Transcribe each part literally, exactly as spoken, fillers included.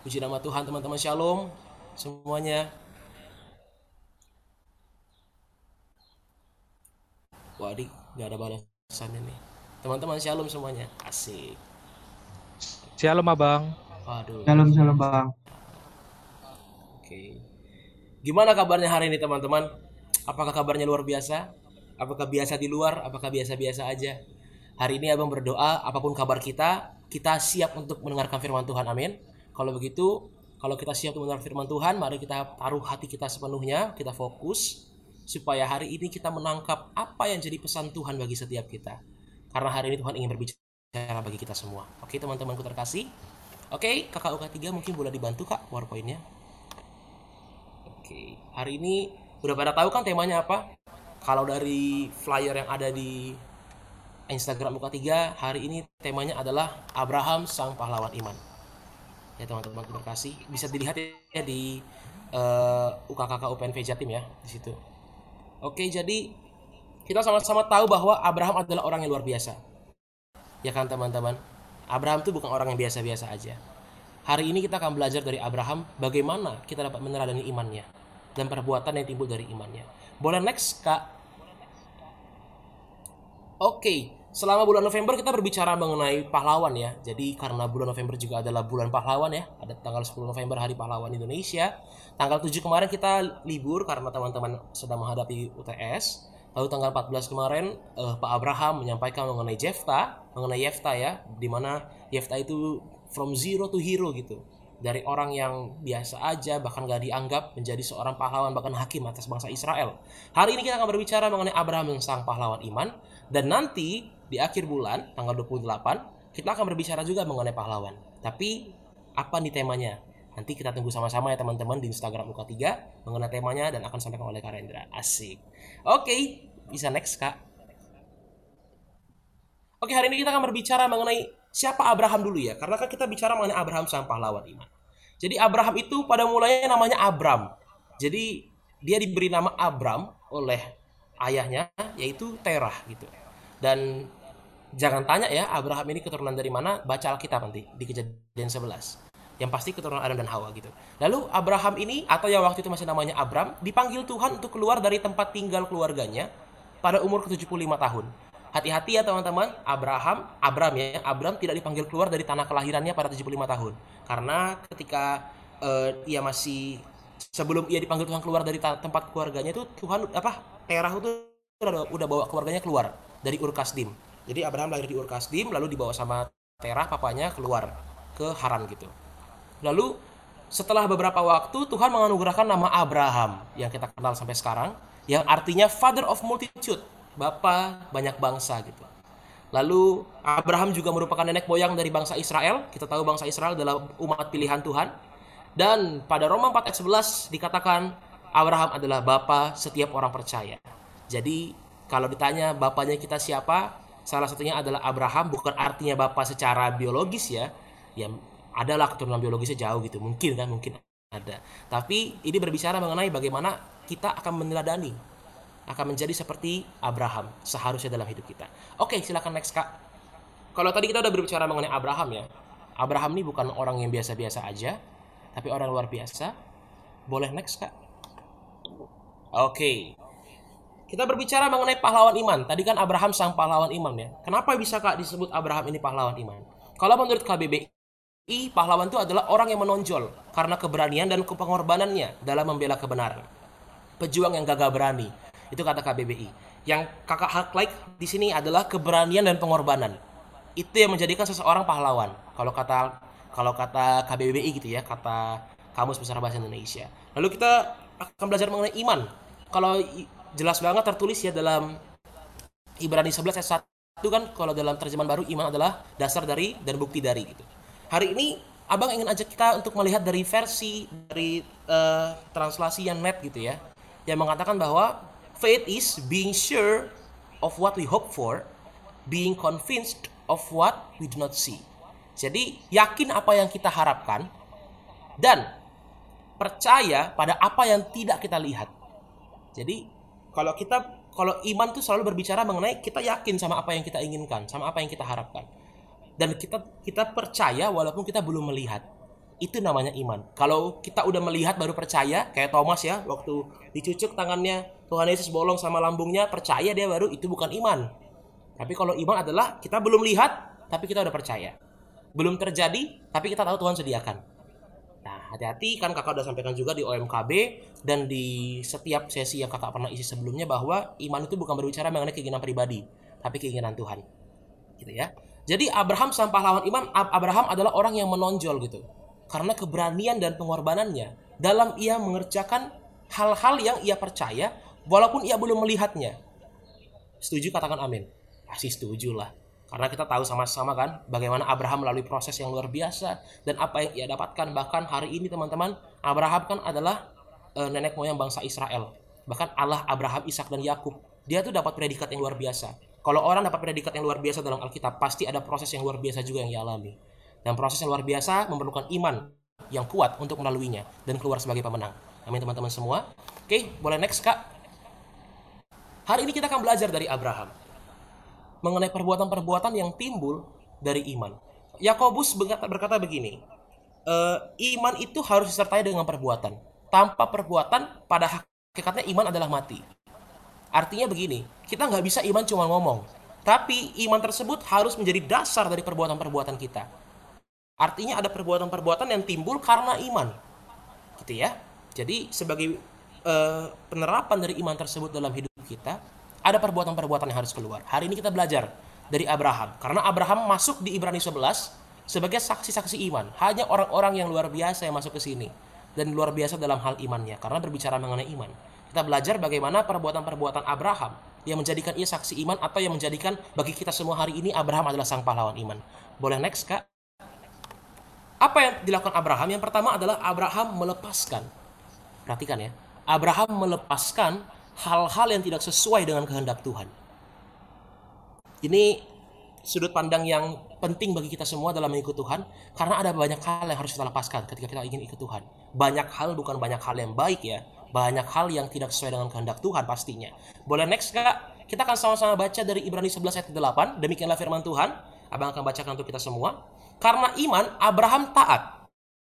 Puji nama Tuhan teman-teman, shalom semuanya. Waduh, nggak ada balasan ini. Teman-teman shalom semuanya. Asik. Shalom abang. Waduh. Shalom, shalom bang. Oke. Gimana kabarnya hari ini teman-teman? Apakah kabarnya luar biasa? Apakah biasa di luar? Apakah biasa-biasa aja? Hari ini abang berdoa, apapun kabar kita, kita siap untuk mendengarkan firman Tuhan, amin. Kalau begitu, kalau kita siap untuk mendengar firman Tuhan, mari kita taruh hati kita sepenuhnya, kita fokus, supaya hari ini kita menangkap apa yang jadi pesan Tuhan bagi setiap kita. Karena hari ini Tuhan ingin berbicara bagi kita semua. Oke teman-temanku terkasih. Oke, kakak U K tiga mungkin boleh dibantu kak PowerPoint-nya. Oke, hari ini udah pada tahu kan temanya apa? Kalau dari flyer yang ada di Instagram U K tiga, hari ini temanya adalah Abraham sang pahlawan iman. Ya teman-teman terkasih, bisa dilihat ya di uh, U K K K U P N V Jatim ya di situ. Oke, jadi kita sama-sama tahu bahwa Abraham adalah orang yang luar biasa. Ya kan teman-teman? Abraham itu bukan orang yang biasa-biasa aja. Hari ini kita akan belajar dari Abraham bagaimana kita dapat meneladani imannya dan perbuatan yang timbul dari imannya. Boleh next kak? Oke, selama bulan November kita berbicara mengenai pahlawan ya. Jadi karena bulan November juga adalah bulan pahlawan ya. Ada tanggal sepuluh November Hari Pahlawan Indonesia. Tanggal tujuh kemarin kita libur karena teman-teman sedang menghadapi U T S. Lalu tanggal empat belas kemarin eh, Pak Abraham menyampaikan mengenai Jefta, mengenai Yefta ya, di mana Yefta itu from zero to hero gitu. Dari orang yang biasa aja bahkan gak dianggap menjadi seorang pahlawan bahkan hakim atas bangsa Israel. Hari ini kita akan berbicara mengenai Abraham yang sang pahlawan iman. Dan nanti di akhir bulan tanggal dua puluh delapan kita akan berbicara juga mengenai pahlawan. Tapi apa nih temanya? Nanti kita tunggu sama-sama ya teman-teman di Instagram U K tiga mengenai temanya dan akan disampaikan oleh Kak Rendra. Asik. Oke, bisa next Kak. Oke, hari ini kita akan berbicara mengenai siapa Abraham dulu ya. Karena kan kita bicara mengenai Abraham sang pahlawan iman. Jadi Abraham itu pada mulanya namanya Abram. Jadi dia diberi nama Abram oleh ayahnya yaitu Terah gitu. Dan jangan tanya ya Abraham ini keturunan dari mana, baca Alkitab nanti di Kejadian sebelas. Yang pasti keturunan Adam dan Hawa gitu. Lalu Abraham ini atau yang waktu itu masih namanya Abram dipanggil Tuhan untuk keluar dari tempat tinggal keluarganya pada umur ke tujuh puluh lima tahun. Hati-hati ya teman-teman, Abraham, Abram ya, Abram tidak dipanggil keluar dari tanah kelahirannya pada tujuh puluh lima tahun. Karena ketika uh, ia masih sebelum ia dipanggil Tuhan keluar dari tempat keluarganya itu Tuhan apa? Terah itu udah, udah bawa keluarganya keluar dari Ur Kasdim. Jadi Abraham lahir di Ur Kasdim lalu dibawa sama Terah papanya keluar ke Haran gitu. Lalu setelah beberapa waktu Tuhan menganugerahkan nama Abraham yang kita kenal sampai sekarang, yang artinya Father of Multitude, Bapa banyak bangsa gitu. Lalu Abraham juga merupakan nenek moyang dari bangsa Israel. Kita tahu bangsa Israel adalah umat pilihan Tuhan. Dan pada Roma empat ayat sebelas dikatakan Abraham adalah bapa setiap orang percaya. Jadi kalau ditanya bapaknya kita siapa, salah satunya adalah Abraham. Bukan artinya bapak secara biologis ya. Ya adalah keturunan biologisnya jauh gitu, mungkin kan, mungkin ada. Tapi ini berbicara mengenai bagaimana kita akan meneladani, akan menjadi seperti Abraham seharusnya dalam hidup kita. Oke, silakan next kak. Kalau tadi kita udah berbicara mengenai Abraham ya, Abraham ini bukan orang yang biasa-biasa aja, tapi orang luar biasa. Boleh next kak. Oke, kita berbicara mengenai pahlawan iman. Tadi kan Abraham sang pahlawan iman ya. Kenapa bisa kak disebut Abraham ini pahlawan iman? Kalau menurut K B B I, pahlawan itu adalah orang yang menonjol karena keberanian dan pengorbanannya dalam membela kebenaran. Pejuang yang gagah berani. Itu kata K B B I. Yang kakak highlight di sini adalah keberanian dan pengorbanan. Itu yang menjadikan seseorang pahlawan. Kalau kata kalau kata K B B I gitu ya, kata Kamus Besar Bahasa Indonesia. Lalu kita akan belajar mengenai iman. Kalau jelas banget tertulis ya dalam Ibrani sebelas ayat satu kan, kalau dalam terjemahan baru iman adalah dasar dari dan bukti dari gitu. Hari ini Abang ingin ajak kita untuk melihat dari versi dari uh, translasi yang net gitu ya, yang mengatakan bahwa faith is being sure of what we hope for, being convinced of what we do not see. Jadi yakin apa yang kita harapkan dan percaya pada apa yang tidak kita lihat. Jadi kalau kita kalau iman tuh selalu berbicara mengenai kita yakin sama apa yang kita inginkan, sama apa yang kita harapkan. Dan kita kita percaya walaupun kita belum melihat. Itu namanya iman. Kalau kita udah melihat baru percaya, kayak Thomas ya, waktu dicucuk tangannya Tuhan Yesus bolong sama lambungnya, percaya dia baru, itu bukan iman. Tapi kalau iman adalah kita belum lihat, tapi kita udah percaya. Belum terjadi, tapi kita tahu Tuhan sediakan. Nah, hati-hati, kan kakak udah sampaikan juga di O M K B dan di setiap sesi yang kakak pernah isi sebelumnya, bahwa iman itu bukan berbicara mengenai keinginan pribadi, tapi keinginan Tuhan. Gitu ya. Jadi Abraham sang pahlawan iman, Abraham adalah orang yang menonjol gitu. Karena keberanian dan pengorbanannya dalam ia mengerjakan hal-hal yang ia percaya walaupun ia belum melihatnya. Setuju, katakan amin. Pasti setuju lah. Karena kita tahu sama-sama kan bagaimana Abraham melalui proses yang luar biasa dan apa yang ia dapatkan. Bahkan hari ini teman-teman, Abraham kan adalah e, nenek moyang bangsa Israel. Bahkan Allah Abraham, Ishak dan Yakub, dia tuh dapat predikat yang luar biasa. Kalau orang dapat predikat yang luar biasa dalam Alkitab, pasti ada proses yang luar biasa juga yang ia alami. Dan proses yang luar biasa memerlukan iman yang kuat untuk melaluinya dan keluar sebagai pemenang. Amin teman-teman semua. Oke, boleh next Kak. Hari ini kita akan belajar dari Abraham mengenai perbuatan-perbuatan yang timbul dari iman. Yakobus berkata begini, e, iman itu harus disertai dengan perbuatan. Tanpa perbuatan, pada hakikatnya iman adalah mati. Artinya begini, kita nggak bisa iman cuma ngomong, tapi iman tersebut harus menjadi dasar dari perbuatan-perbuatan kita. Artinya ada perbuatan-perbuatan yang timbul karena iman, gitu ya. Jadi sebagai e, penerapan dari iman tersebut dalam hidup kita, ada perbuatan-perbuatan yang harus keluar. Hari ini kita belajar dari Abraham. Karena Abraham masuk di Ibrani sebelas sebagai saksi-saksi iman. Hanya orang-orang yang luar biasa yang masuk ke sini. Dan luar biasa dalam hal imannya. Karena berbicara mengenai iman. Kita belajar bagaimana perbuatan-perbuatan Abraham yang menjadikan ia saksi iman, atau yang menjadikan bagi kita semua hari ini Abraham adalah sang pahlawan iman. Boleh next Kak? Apa yang dilakukan Abraham? Yang pertama adalah Abraham melepaskan. Perhatikan ya. Abraham melepaskan hal-hal yang tidak sesuai dengan kehendak Tuhan. Ini sudut pandang yang penting bagi kita semua dalam mengikut Tuhan, karena ada banyak hal yang harus kita lepaskan ketika kita ingin ikut Tuhan. Banyak hal, bukan banyak hal yang baik ya, banyak hal yang tidak sesuai dengan kehendak Tuhan pastinya. Boleh next Kak? Kita akan sama-sama baca dari Ibrani sebelas ayat delapan. Demikianlah firman Tuhan. Abang akan bacakan untuk kita semua. Karena iman, Abraham taat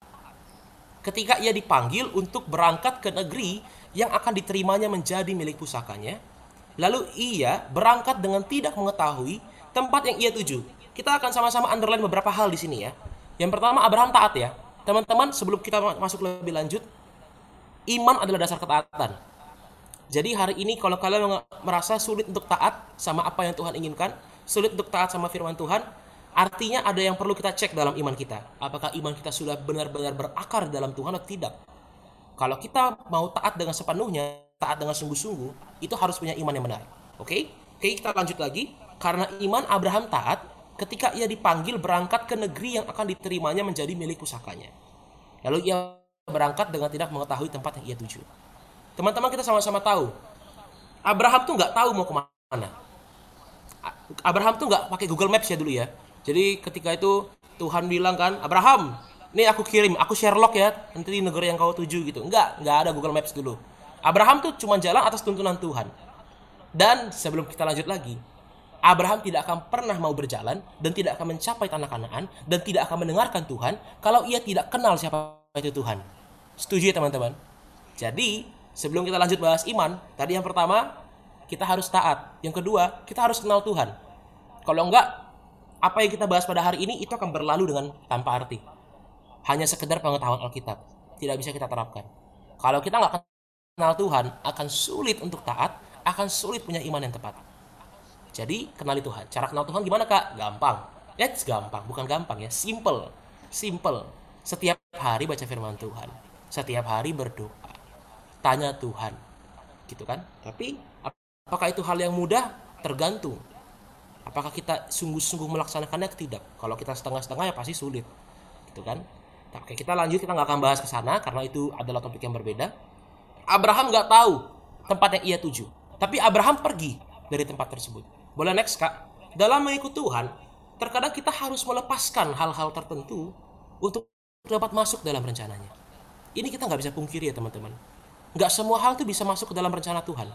ketika ia dipanggil untuk berangkat ke negeri yang akan diterimanya menjadi milik pusakanya. Lalu ia berangkat dengan tidak mengetahui tempat yang ia tuju. Kita akan sama-sama underline beberapa hal di sini ya. Yang pertama, Abraham taat ya. Teman-teman, sebelum kita masuk lebih lanjut, iman adalah dasar ketaatan. Jadi hari ini kalau kalian merasa sulit untuk taat sama apa yang Tuhan inginkan, sulit untuk taat sama firman Tuhan, artinya ada yang perlu kita cek dalam iman kita. Apakah iman kita sudah benar-benar berakar dalam Tuhan atau tidak? Kalau kita mau taat dengan sepenuhnya, taat dengan sungguh-sungguh, itu harus punya iman yang benar. Oke? Oke, kita lanjut lagi. Karena iman, Abraham taat ketika ia dipanggil berangkat ke negeri yang akan diterimanya menjadi milik pusakanya. Lalu ia berangkat dengan tidak mengetahui tempat yang ia tuju. Teman-teman, kita sama-sama tahu, Abraham tuh nggak tahu mau kemana. Abraham tuh nggak pakai Google Maps ya dulu ya. Jadi ketika itu Tuhan bilang kan, Abraham, nih aku kirim, aku Sherlock ya, nanti di negeri yang kau tuju gitu. Enggak, enggak ada Google Maps dulu. Abraham tuh cuma jalan atas tuntunan Tuhan. Dan sebelum kita lanjut lagi, Abraham tidak akan pernah mau berjalan dan tidak akan mencapai tanah Kanaan dan tidak akan mendengarkan Tuhan kalau ia tidak kenal siapa itu Tuhan. Setuju ya teman-teman? Jadi sebelum kita lanjut bahas iman, tadi yang pertama kita harus taat. Yang kedua, kita harus kenal Tuhan. Kalau enggak, apa yang kita bahas pada hari ini itu akan berlalu dengan tanpa arti. Hanya sekedar pengetahuan Alkitab. Tidak bisa kita terapkan. Kalau kita nggak kenal Tuhan, akan sulit untuk taat, akan sulit punya iman yang tepat. Jadi, kenali Tuhan. Cara kenal Tuhan gimana Kak? Gampang. It's gampang, bukan gampang ya. Simple. Simple. Setiap hari baca firman Tuhan. Setiap hari berdoa. Tanya Tuhan. Gitu kan? Tapi, apakah itu hal yang mudah? Tergantung. Apakah kita sungguh-sungguh melaksanakannya atau tidak? Kalau kita setengah-setengah ya pasti sulit. Gitu kan? Oke, kita lanjut, kita nggak akan bahas ke sana karena itu adalah topik yang berbeda. Abraham nggak tahu tempat yang ia tuju, tapi Abraham pergi dari tempat tersebut. Boleh next Kak? Dalam mengikut Tuhan, terkadang kita harus melepaskan hal-hal tertentu untuk dapat masuk dalam rencananya. Ini kita nggak bisa pungkiri ya teman-teman. Nggak semua hal itu bisa masuk ke dalam rencana Tuhan.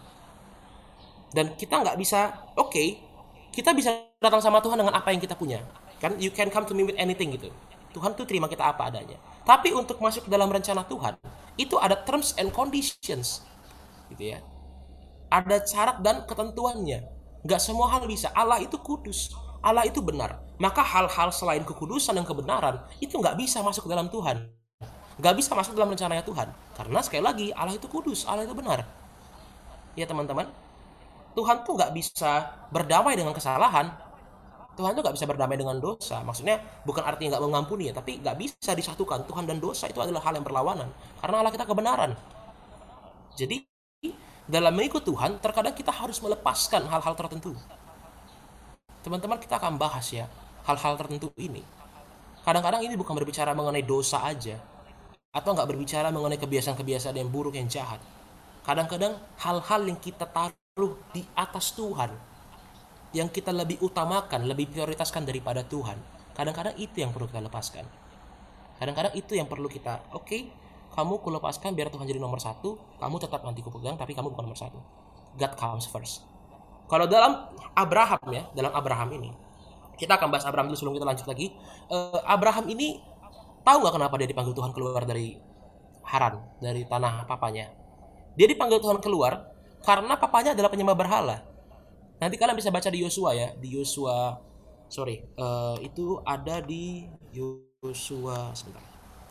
Dan kita nggak bisa, oke, okay, kita bisa datang sama Tuhan dengan apa yang kita punya. Kan, you can come to me with anything gitu. Tuhan tuh terima kita apa adanya. Tapi untuk masuk ke dalam rencana Tuhan, itu ada terms and conditions, gitu ya. Ada syarat dan ketentuannya. Nggak semua hal bisa. Allah itu kudus. Allah itu benar. Maka hal-hal selain kekudusan dan kebenaran, itu nggak bisa masuk ke dalam Tuhan. Nggak bisa masuk dalam rencananya Tuhan. Karena sekali lagi, Allah itu kudus. Allah itu benar. Ya teman-teman. Tuhan tuh nggak bisa berdamai dengan kesalahan. Tuhan tuh nggak bisa berdamai dengan dosa. Maksudnya bukan artinya nggak mengampuni ya, tapi nggak bisa disatukan. Tuhan dan dosa itu adalah hal yang berlawanan. Karena Allah kita kebenaran. Jadi dalam mengikut Tuhan, terkadang kita harus melepaskan hal-hal tertentu. Teman-teman, kita akan bahas ya hal-hal tertentu ini. Kadang-kadang ini bukan berbicara mengenai dosa aja, atau nggak berbicara mengenai kebiasaan-kebiasaan yang buruk, yang jahat. Kadang-kadang hal-hal yang kita taruh di atas Tuhan, yang kita lebih utamakan, lebih prioritaskan daripada Tuhan, kadang-kadang itu yang perlu kita lepaskan. Kadang-kadang itu yang perlu kita, oke, okay, kamu kulepaskan biar Tuhan jadi nomor satu, kamu tetap nanti kupegang, tapi kamu bukan nomor satu. God comes first. Kalau dalam Abraham ya, dalam Abraham ini, kita akan bahas Abraham dulu sebelum kita lanjut lagi. Uh, Abraham ini, tahu nggak kenapa dia dipanggil Tuhan keluar dari Haran, dari tanah papanya? Dia dipanggil Tuhan keluar karena papanya adalah penyembah berhala. Nanti kalian bisa baca di Yosua ya, di Yosua, sorry, uh, itu ada di Yosua, sebentar.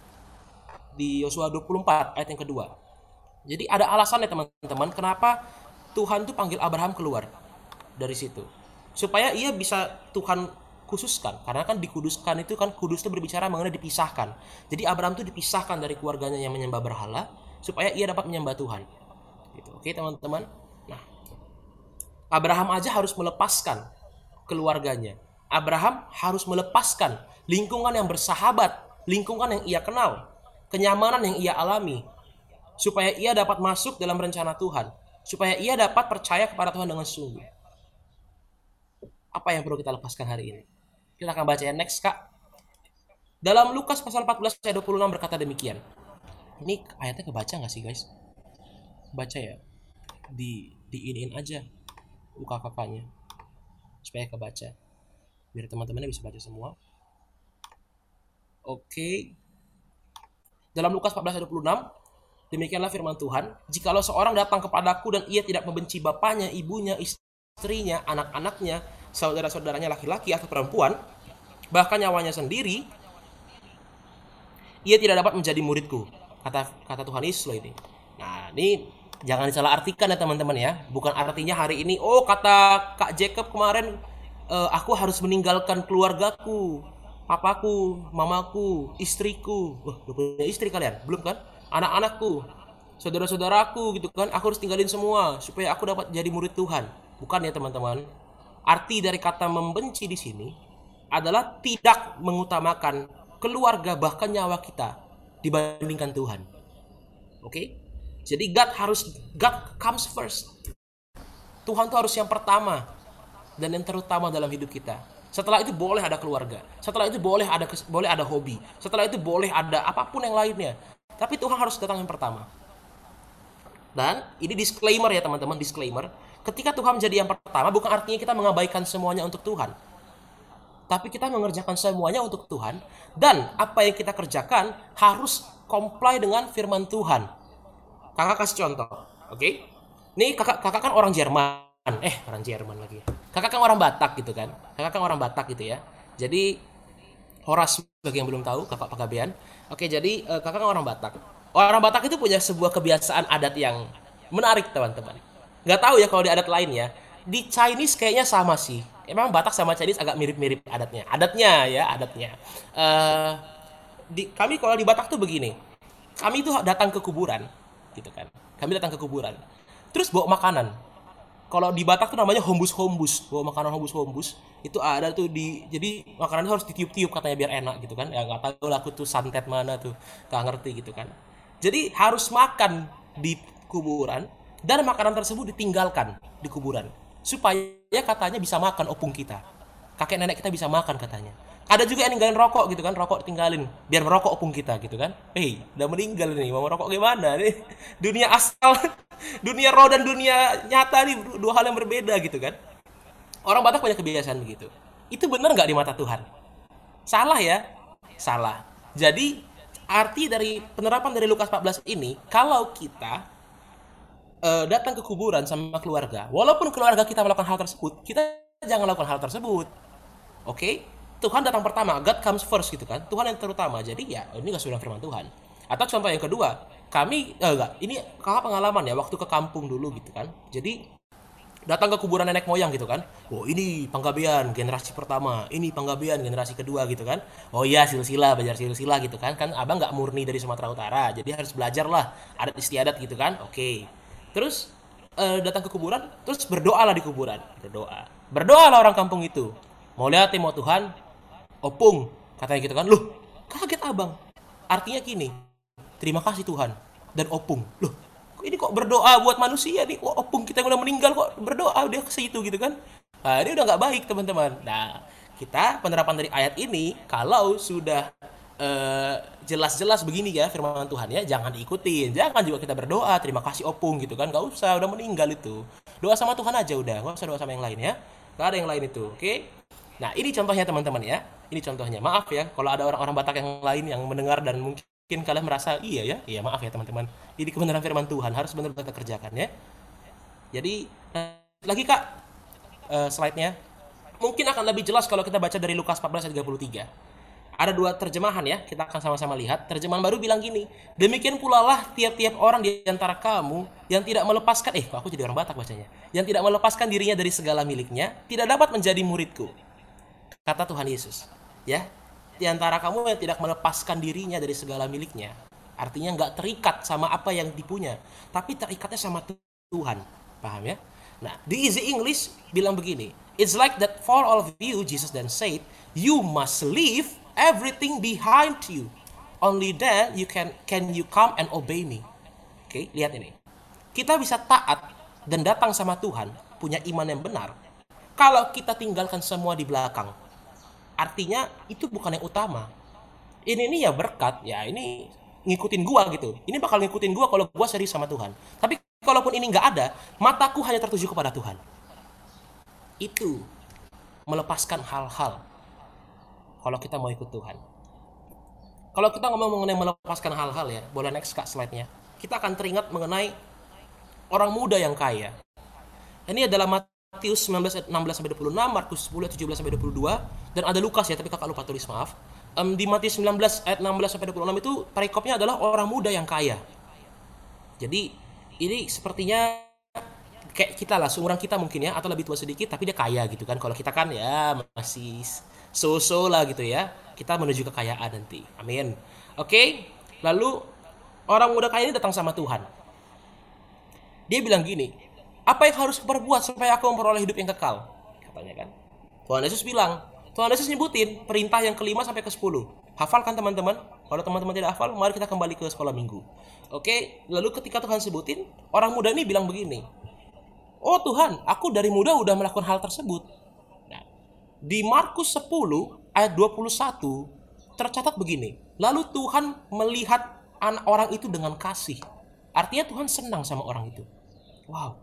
Di Yosua dua puluh empat ayat yang kedua. Jadi ada alasannya teman-teman kenapa Tuhan tuh panggil Abraham keluar dari situ. Supaya ia bisa Tuhan khususkan. Karena kan dikuduskan itu kan, kudus itu berbicara mengenai dipisahkan. Jadi Abraham tuh dipisahkan dari keluarganya yang menyembah berhala supaya ia dapat menyembah Tuhan. Gitu. Oke teman-teman. Nah, Abraham aja harus melepaskan keluarganya. Abraham harus melepaskan lingkungan yang bersahabat, lingkungan yang ia kenal, kenyamanan yang ia alami, supaya ia dapat masuk dalam rencana Tuhan, supaya ia dapat percaya kepada Tuhan dengan sungguh. Apa yang perlu kita lepaskan hari ini? Kita akan baca ya, next kak. Dalam Lukas pasal empat belas ayat dua puluh enam berkata demikian. Ini ayatnya kebaca nggak sih guys? Baca ya, di diinin aja U K K K-nya supaya kebaca, biar teman-temannya bisa baca semua. Oke. Dalam Lukas empat belas ayat dua puluh enam, demikianlah firman Tuhan, jikalau seorang datang kepadaku dan ia tidak membenci bapaknya, ibunya, istrinya, anak-anaknya, saudara-saudaranya laki-laki atau perempuan, bahkan nyawanya sendiri, ia tidak dapat menjadi muridku, kata kata Tuhan Yesus ini. Nah, ini jangan disalah artikan ya teman-teman ya. Bukan artinya hari ini, oh kata Kak Jacob kemarin, e, aku harus meninggalkan keluargaku, papaku, mamaku, istriku. Wah, udah punya istri kalian? Belum kan? Anak-anakku, saudara-saudaraku gitu kan. Aku harus tinggalin semua supaya aku dapat jadi murid Tuhan. Bukan ya teman-teman. Arti dari kata membenci di sini adalah tidak mengutamakan keluarga bahkan nyawa kita dibandingkan Tuhan. Oke? Okay? Jadi God harus, God comes first. Tuhan itu harus yang pertama dan yang terutama dalam hidup kita. Setelah itu boleh ada keluarga. Setelah itu boleh ada boleh ada hobi. Setelah itu boleh ada apapun yang lainnya. Tapi Tuhan harus datang yang pertama. Dan ini disclaimer ya teman-teman, disclaimer. Ketika Tuhan menjadi yang pertama bukan artinya kita mengabaikan semuanya untuk Tuhan. Tapi kita mengerjakan semuanya untuk Tuhan. Dan apa yang kita kerjakan harus comply dengan firman Tuhan. Kakak kasih contoh, oke? Okay? Nih kakak kakak kan orang Jerman, eh orang Jerman lagi. Kakak kan orang Batak gitu kan? Kakak kan orang Batak gitu ya. Jadi Horas bagi yang belum tahu, kakak Pagabean. Oke, jadi uh, kakak kan orang Batak. Orang Batak itu punya sebuah kebiasaan adat yang menarik teman-teman. Gak tahu ya kalau di adat lain ya. Di Chinese kayaknya sama sih. Emang Batak sama Chinese agak mirip-mirip adatnya. Adatnya ya, adatnya. Uh, di, kami kalau di Batak tuh begini. Kami tuh datang ke kuburan. Gitu kan. Kami datang ke kuburan. Terus bawa makanan. Kalau di Batak tuh namanya hombus-hombus. Bawa makanan hombus-hombus. Itu ada tuh di, jadi makanan harus ditiup-tiup katanya biar enak gitu kan. Ya nggak tahu lah aku tuh santet mana tuh. Nggak ngerti gitu kan. Jadi harus makan di kuburan. Dan makanan tersebut ditinggalkan di kuburan. Supaya katanya bisa makan opung kita. Kakek nenek kita bisa makan katanya. Ada juga yang ninggalin rokok gitu kan, rokok tinggalin biar merokok opung kita gitu kan. Hei, udah meninggal nih, mau merokok gimana nih? Dunia asal, dunia roh dan dunia nyata nih dua hal yang berbeda gitu kan. Orang Batak punya kebiasaan begitu. Itu benar nggak di mata Tuhan? Salah ya. Salah. Jadi arti dari penerapan dari Lukas empat belas ini, kalau kita uh, datang ke kuburan sama keluarga, walaupun keluarga kita melakukan hal tersebut, kita jangan lakukan hal tersebut. Oke? Okay? Tuhan datang pertama, God comes first gitu kan. Tuhan yang terutama. Jadi ya ini gak sesuai firman Tuhan. Atau contoh yang kedua, kami eh, enggak, ini kakak pengalaman ya waktu ke kampung dulu gitu kan. Jadi datang ke kuburan nenek moyang gitu kan. Oh ini penggabean generasi pertama, ini penggabean generasi kedua gitu kan. Oh iya silsilah, belajar silsilah gitu kan. Kan abang nggak murni dari Sumatera Utara, jadi harus belajar lah adat istiadat gitu kan. Oke. Terus eh, datang ke kuburan, terus berdoalah di kuburan, berdoa. Berdoalah orang kampung itu. Mau lihat mau Tuhan, opung katanya gitu kan. Loh, kaget abang. Artinya gini, terima kasih Tuhan dan opung. Loh, ini kok berdoa buat manusia nih, kok opung kita yang udah meninggal kok berdoa dia ke situ gitu kan. Nah, ini udah nggak baik teman-teman. Nah, kita penerapan dari ayat ini kalau sudah uh, jelas-jelas begini ya firman Tuhan ya, jangan diikutin. Jangan juga kita berdoa terima kasih opung gitu kan, nggak usah, udah meninggal itu. Doa sama Tuhan aja udah, nggak usah doa sama yang lain ya. Nggak ada yang lain itu, oke? Okay? Nah, ini contohnya teman-teman ya. Ini contohnya. Maaf ya kalau ada orang-orang Batak yang lain yang mendengar dan mungkin mungkin kalian merasa iya ya, iya maaf ya teman-teman. Ini kebenaran firman Tuhan harus benar-benar kita kerjakan ya. Jadi lagi kak uh, slide-nya mungkin akan lebih jelas kalau kita baca dari Lukas empat belas ayat tiga puluh tiga. Ada dua terjemahan ya, kita akan sama-sama lihat. Terjemahan baru bilang gini, demikian pula lah tiap-tiap orang di antara kamu yang tidak melepaskan, eh aku jadi orang Batak bacanya, yang tidak melepaskan dirinya dari segala miliknya, tidak dapat menjadi muridku. Kata Tuhan Yesus, ya. Di antara kamu yang tidak melepaskan dirinya dari segala miliknya, artinya nggak terikat sama apa yang dipunya, tapi terikatnya sama Tuhan, paham ya? Nah, di Easy English bilang begini, it's like that for all of you, Jesus then said, you must leave everything behind you, only then you can can you come and obey me. Oke, okay, lihat ini, kita bisa taat dan datang sama Tuhan, punya iman yang benar, kalau kita tinggalkan semua di belakang. Artinya itu bukan yang utama. Ini nih ya berkat, ya ini ngikutin gua gitu. Ini bakal ngikutin gua kalau gua serius sama Tuhan. Tapi kalaupun ini nggak ada, mataku hanya tertuju kepada Tuhan. Itu melepaskan hal-hal. Kalau kita mau ikut Tuhan. Kalau kita ngomong mengenai melepaskan hal-hal ya, boleh next kak slide-nya. Kita akan teringat mengenai orang muda yang kaya. Ini adalah Matius sembilan belas ayat enam belas sampai dua puluh enam, Markus sepuluh ayat tujuh belas sampai dua puluh dua, dan ada Lukas ya, tapi kakak lupa tulis, maaf. Um, di Matius sembilan belas ayat enam belas sampai dua puluh enam itu perikopnya adalah orang muda yang kaya. Jadi ini sepertinya kayak kita lah, seumuran kita mungkin ya, atau lebih tua sedikit, tapi dia kaya gitu kan. Kalau kita kan ya masih so-so lah gitu ya. Kita menuju kekayaan nanti. Amin. Oke, okay? Lalu orang muda kaya ini datang sama Tuhan. Dia bilang gini, apa yang harus kuperbuat supaya aku memperoleh hidup yang kekal? Katanya kan. Tuhan Yesus bilang, Tuhan Yesus nyebutin perintah yang kelima sampai ke sepuluh. Hafal kan teman-teman? Kalau teman-teman tidak hafal, mari kita kembali ke sekolah minggu. Oke, lalu ketika Tuhan sebutin, orang muda ini bilang begini, oh Tuhan, aku dari muda udah melakukan hal tersebut. Nah, di Markus sepuluh ayat dua puluh satu tercatat begini, lalu Tuhan melihat anak orang itu dengan kasih. Artinya Tuhan senang sama orang itu. Wow,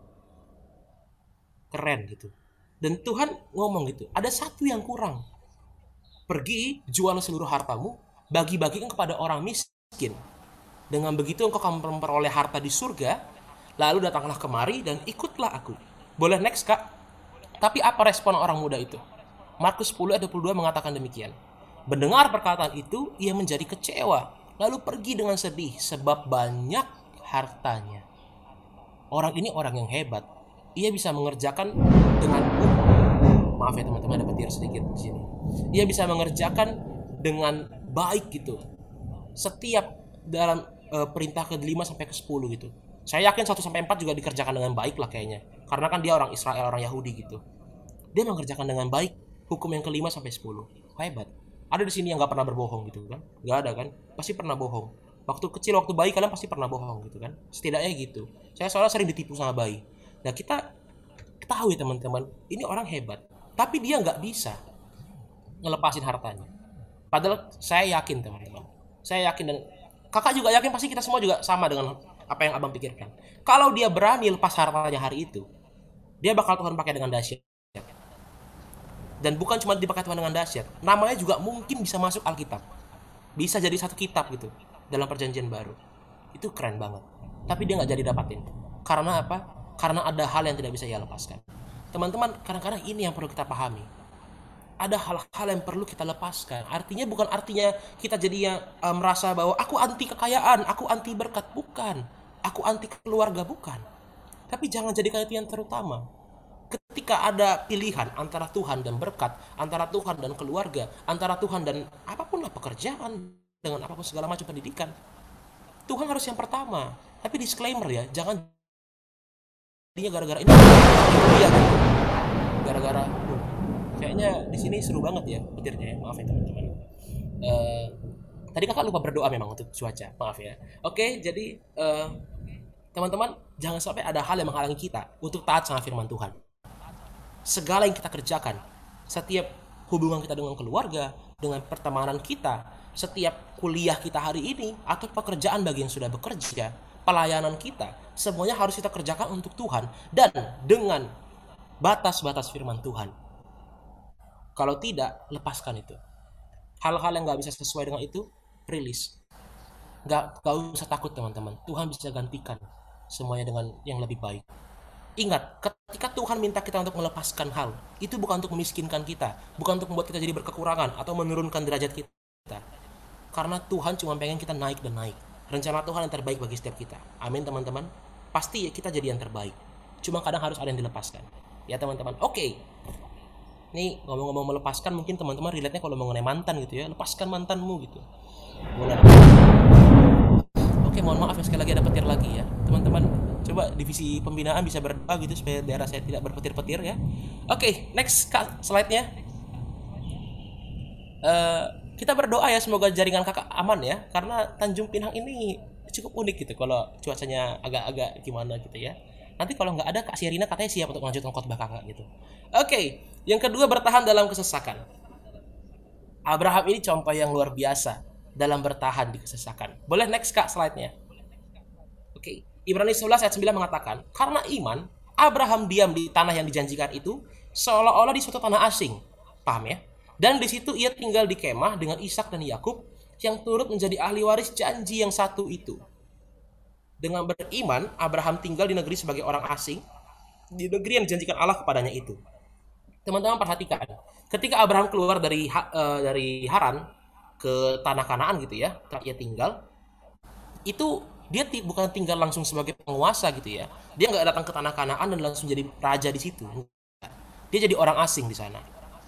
keren gitu. Dan Tuhan ngomong gitu, ada satu yang kurang. Pergi, jual seluruh hartamu, bagi-bagikan kepada orang miskin. Dengan begitu engkau akan memperoleh harta di surga, lalu datanglah kemari dan ikutlah aku. Boleh next kak? Tapi apa respon orang muda itu? Markus sepuluh ayat dua puluh dua mengatakan demikian. Mendengar perkataan itu, ia menjadi kecewa, lalu pergi dengan sedih sebab banyak hartanya. Orang ini orang yang hebat. Ia bisa mengerjakan dengan maaf ya teman-teman, ada petir sedikit di sini. Ia bisa mengerjakan dengan baik gitu. Setiap dalam e, perintah ke lima sampai ke sepuluh gitu. Saya yakin satu sampai empat juga dikerjakan dengan baik lah kayaknya. Karena kan dia orang Israel, orang Yahudi gitu. Dia mengerjakan dengan baik hukum yang kelima sampai sepuluh. Hebat. Ada di sini yang enggak pernah berbohong gitu kan? Enggak ada kan? Pasti pernah bohong. Waktu kecil, waktu bayi kalian pasti pernah bohong gitu kan? Setidaknya gitu. Saya soalnya sering ditipu sama bayi. Nah kita tahu ya teman-teman, ini orang hebat. Tapi dia nggak bisa ngelepasin hartanya. Padahal saya yakin teman-teman. Saya yakin dan kakak juga yakin, pasti kita semua juga sama dengan apa yang abang pikirkan. Kalau dia berani lepas hartanya hari itu, dia bakal Tuhan pakai dengan dahsyat. Dan bukan cuma dipakai Tuhan dengan dahsyat, namanya juga mungkin bisa masuk Alkitab. bisa jadi satu kitab gitu dalam perjanjian baru. Itu keren banget. Tapi dia nggak jadi dapatin. Karena apa? Karena ada hal yang tidak bisa ia lepaskan. Teman-teman, kadang-kadang ini yang perlu kita pahami. Ada hal-hal yang perlu kita lepaskan. Artinya bukan artinya kita jadinya uh, merasa bahwa aku anti kekayaan, aku anti berkat, bukan. Aku anti keluarga, bukan. Tapi jangan jadikan itu yang terutama. Ketika ada pilihan antara Tuhan dan berkat, antara Tuhan dan keluarga, antara Tuhan dan apapun lah pekerjaan, dengan apapun segala macam pendidikan, Tuhan harus yang pertama. Tapi disclaimer ya, jangan jadinya gara-gara ini dia gitu. Gara-gara kayaknya di sini seru banget ya petirnya ya. Maaf ya teman-teman. Uh, tadi kakak lupa berdoa memang untuk cuaca. Maaf ya. Oke, jadi uh, teman-teman jangan sampai ada hal yang menghalangi kita untuk taat sama firman Tuhan. Segala yang kita kerjakan, setiap hubungan kita dengan keluarga, dengan pertemanan kita, setiap kuliah kita hari ini, atau pekerjaan bagi yang sudah bekerja, pelayanan kita, semuanya harus kita kerjakan untuk Tuhan dan dengan batas-batas firman Tuhan. Kalau tidak, lepaskan itu. Hal-hal yang gak bisa sesuai dengan itu, rilis. Gak, gak usah takut teman-teman. Tuhan bisa gantikan semuanya dengan yang lebih baik. Ingat, ketika Tuhan minta kita untuk melepaskan hal, itu bukan untuk memiskinkan kita, bukan untuk membuat kita jadi berkekurangan atau menurunkan derajat kita. Karena Tuhan cuma pengen kita naik dan naik. Rencana Tuhan yang terbaik bagi setiap kita. Amin teman-teman. Pasti kita jadi yang terbaik. Cuma kadang harus ada yang dilepaskan. Ya teman-teman. Oke. Okay. Nih ngomong-ngomong melepaskan, mungkin teman-teman relate-nya kalau mengenai mantan gitu ya. Lepaskan mantanmu gitu. Boleh. Oke, mohon maaf ya sekali lagi ada petir lagi ya. Teman-teman, coba divisi pembinaan bisa berdoa gitu supaya daerah saya tidak berpetir-petir ya. Oke, next slide-nya. Uh, kita berdoa ya semoga jaringan kakak aman ya. Karena Tanjung Pinang ini cukup unik gitu kalau cuacanya agak-agak gimana gitu ya. Nanti kalau nggak ada Kak Sherina katanya siap untuk melanjutkan khotbah kakak gitu. Oke, okay. Yang kedua bertahan dalam kesesakan. Abraham ini contoh yang luar biasa dalam bertahan di kesesakan. Boleh next Kak slide-nya. Oke, okay. Ibrani sebelas ayat sembilan mengatakan, karena iman, Abraham diam di tanah yang dijanjikan itu seolah-olah di suatu tanah asing. Paham ya? Dan di situ ia tinggal di kemah dengan Ishak dan Yakub yang turut menjadi ahli waris janji yang satu itu. Dengan beriman, Abraham tinggal di negeri sebagai orang asing, di negeri yang dijanjikan Allah kepadanya itu. Teman-teman perhatikan, ketika Abraham keluar dari uh, dari Haran ke tanah Kanaan gitu ya, ia tinggal, itu dia t- bukan tinggal langsung sebagai penguasa gitu ya. Dia nggak datang ke tanah Kanaan dan langsung jadi raja di situ. Dia jadi orang asing di sana.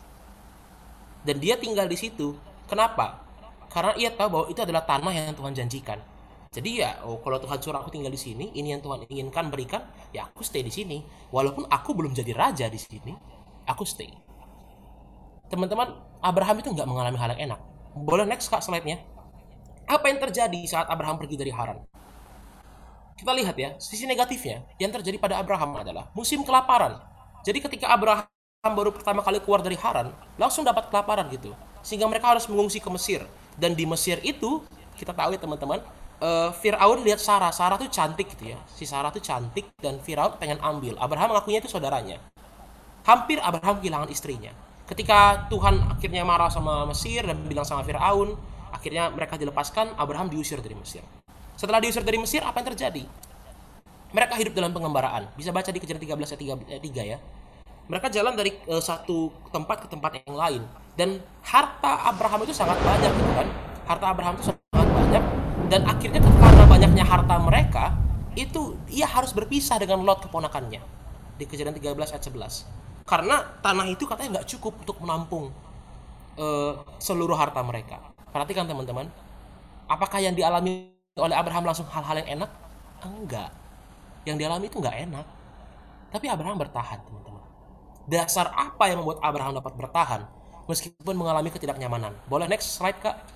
Dan dia tinggal di situ. Kenapa? Karena ia tahu bahwa itu adalah tanah yang Tuhan janjikan. Jadi ya, oh, kalau Tuhan suruh aku tinggal di sini, ini yang Tuhan inginkan berikan, ya aku stay di sini. Walaupun aku belum jadi raja di sini, aku stay. Teman-teman, Abraham itu nggak mengalami hal yang enak. Boleh next Kak slide-nya. Apa yang terjadi saat Abraham pergi dari Haran? Kita lihat ya, sisi negatifnya yang terjadi pada Abraham adalah musim kelaparan. Jadi ketika Abraham baru pertama kali keluar dari Haran, langsung dapat kelaparan gitu. Sehingga mereka harus mengungsi ke Mesir. Dan di Mesir itu, kita tahu ya teman-teman, Uh, Firaun lihat Sarah, Sarah tuh cantik gitu ya. Si Sarah tuh cantik dan Firaun pengen ambil. Abraham ngakunya itu saudaranya. Hampir Abraham kehilangan istrinya. Ketika Tuhan akhirnya marah sama Mesir dan bilang sama Firaun, akhirnya mereka dilepaskan, Abraham diusir dari Mesir. Setelah diusir dari Mesir, apa yang terjadi? Mereka hidup dalam pengembaraan. Bisa baca di Kejadian tiga belas ayat tiga ya. Mereka jalan dari uh, satu tempat ke tempat yang lain. Dan harta Abraham itu sangat banyak gitu kan. Harta Abraham itu sangat banyak. Dan akhirnya karena banyaknya harta mereka, itu ia harus berpisah dengan Lot keponakannya. Di Kejadian tiga belas ayat sebelas. Karena tanah itu katanya nggak cukup untuk menampung uh, seluruh harta mereka. Perhatikan teman-teman. Apakah yang dialami oleh Abraham langsung hal-hal yang enak? Enggak. Yang dialami itu nggak enak. Tapi Abraham bertahan teman-teman. Dasar apa yang membuat Abraham dapat bertahan meskipun mengalami ketidaknyamanan? Boleh next slide Kak.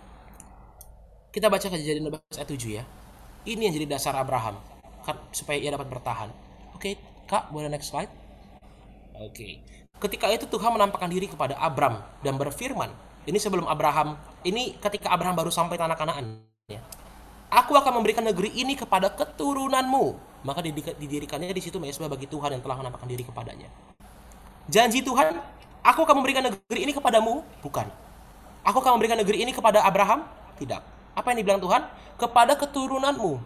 Kita baca Kejadian dua belas ayat tujuh ya. Ini yang jadi dasar Abraham supaya ia dapat bertahan. Oke, Kak, boleh next slide? Oke. Ketika itu Tuhan menampakkan diri kepada Abram dan berfirman. Ini sebelum Abraham, ini ketika Abraham baru sampai tanah Kanaan ya. Aku akan memberikan negeri ini kepada keturunanmu. Maka didirikannya di situ mezbah bagi Tuhan yang telah menampakkan diri kepadanya. Janji Tuhan, aku akan memberikan negeri ini kepadamu? Bukan. Aku akan memberikan negeri ini kepada Abraham? Tidak. Apa yang dibilang Tuhan? Kepada keturunanmu.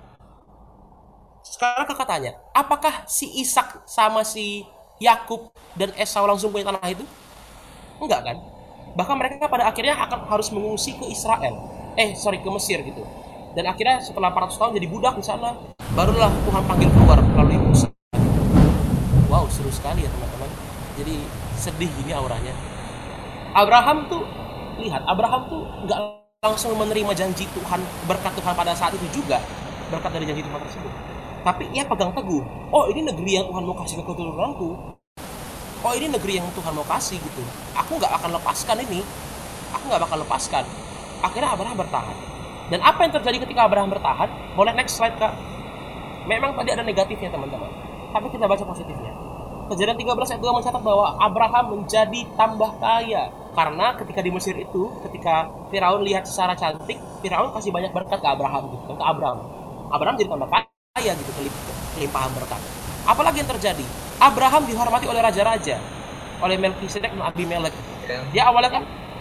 Sekarang kakak tanya, apakah si Ishak sama si Yakub dan Esau langsung punya tanah itu? Enggak kan? Bahkan mereka pada akhirnya akan harus mengungsi ke Israel. Eh, sorry, ke Mesir gitu. Dan akhirnya setelah empat ratus tahun jadi budak di sana. Barulah Tuhan panggil keluar melalui Musa. Wow, seru sekali ya teman-teman. Jadi sedih gini auranya. Abraham tuh, lihat, Abraham tuh nggak langsung menerima janji Tuhan, berkat Tuhan pada saat itu juga, berkat dari janji Tuhan tersebut. Tapi ia pegang teguh, oh ini negeri yang Tuhan mau kasih ke keturunanku, oh ini negeri yang Tuhan mau kasih gitu, aku nggak akan lepaskan ini, aku nggak bakal lepaskan. Akhirnya Abraham bertahan. Dan apa yang terjadi ketika Abraham bertahan? Boleh next slide kak. Memang tadi ada negatifnya teman-teman, tapi kita baca positifnya. Kejadian tiga belas ayat dua mencatat bahwa Abraham menjadi tambah kaya. Karena ketika di Mesir itu, ketika Firaun lihat secara cantik, Firaun kasih banyak berkat ke Abraham gitu, ke Abraham. Abraham jadi tambah kaya. Ya gitu, kelimpahan berkat. Apalagi yang terjadi? Abraham dihormati oleh raja-raja, oleh Melkisedek dan Abimelek. Dia awalnya kan,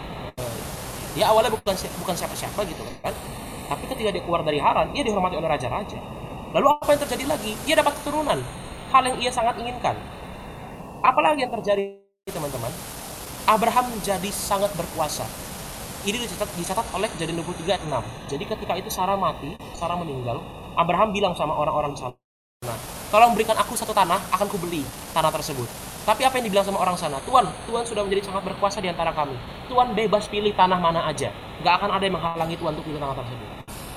dia awalnya bukan bukan siapa-siapa gitu kan. Tapi ketika dia keluar dari Haran, dia dihormati oleh raja-raja. Lalu apa yang terjadi lagi? Dia dapat keturunan, hal yang ia sangat inginkan. Apalagi yang terjadi teman-teman? Abraham menjadi sangat berkuasa. Ini dicatat, dicatat oleh Kejadian dua puluh tiga ayat enam. Jadi ketika itu Sarah mati, Sarah meninggal. Abraham bilang sama orang-orang di sana, kalau memberikan aku satu tanah, akan kubeli tanah tersebut. Tapi apa yang dibilang sama orang sana? Tuhan, Tuhan sudah menjadi sangat berkuasa di antara kami. Tuhan bebas pilih tanah mana aja. Gak akan ada yang menghalangi Tuhan untuk pilih tanah tersebut.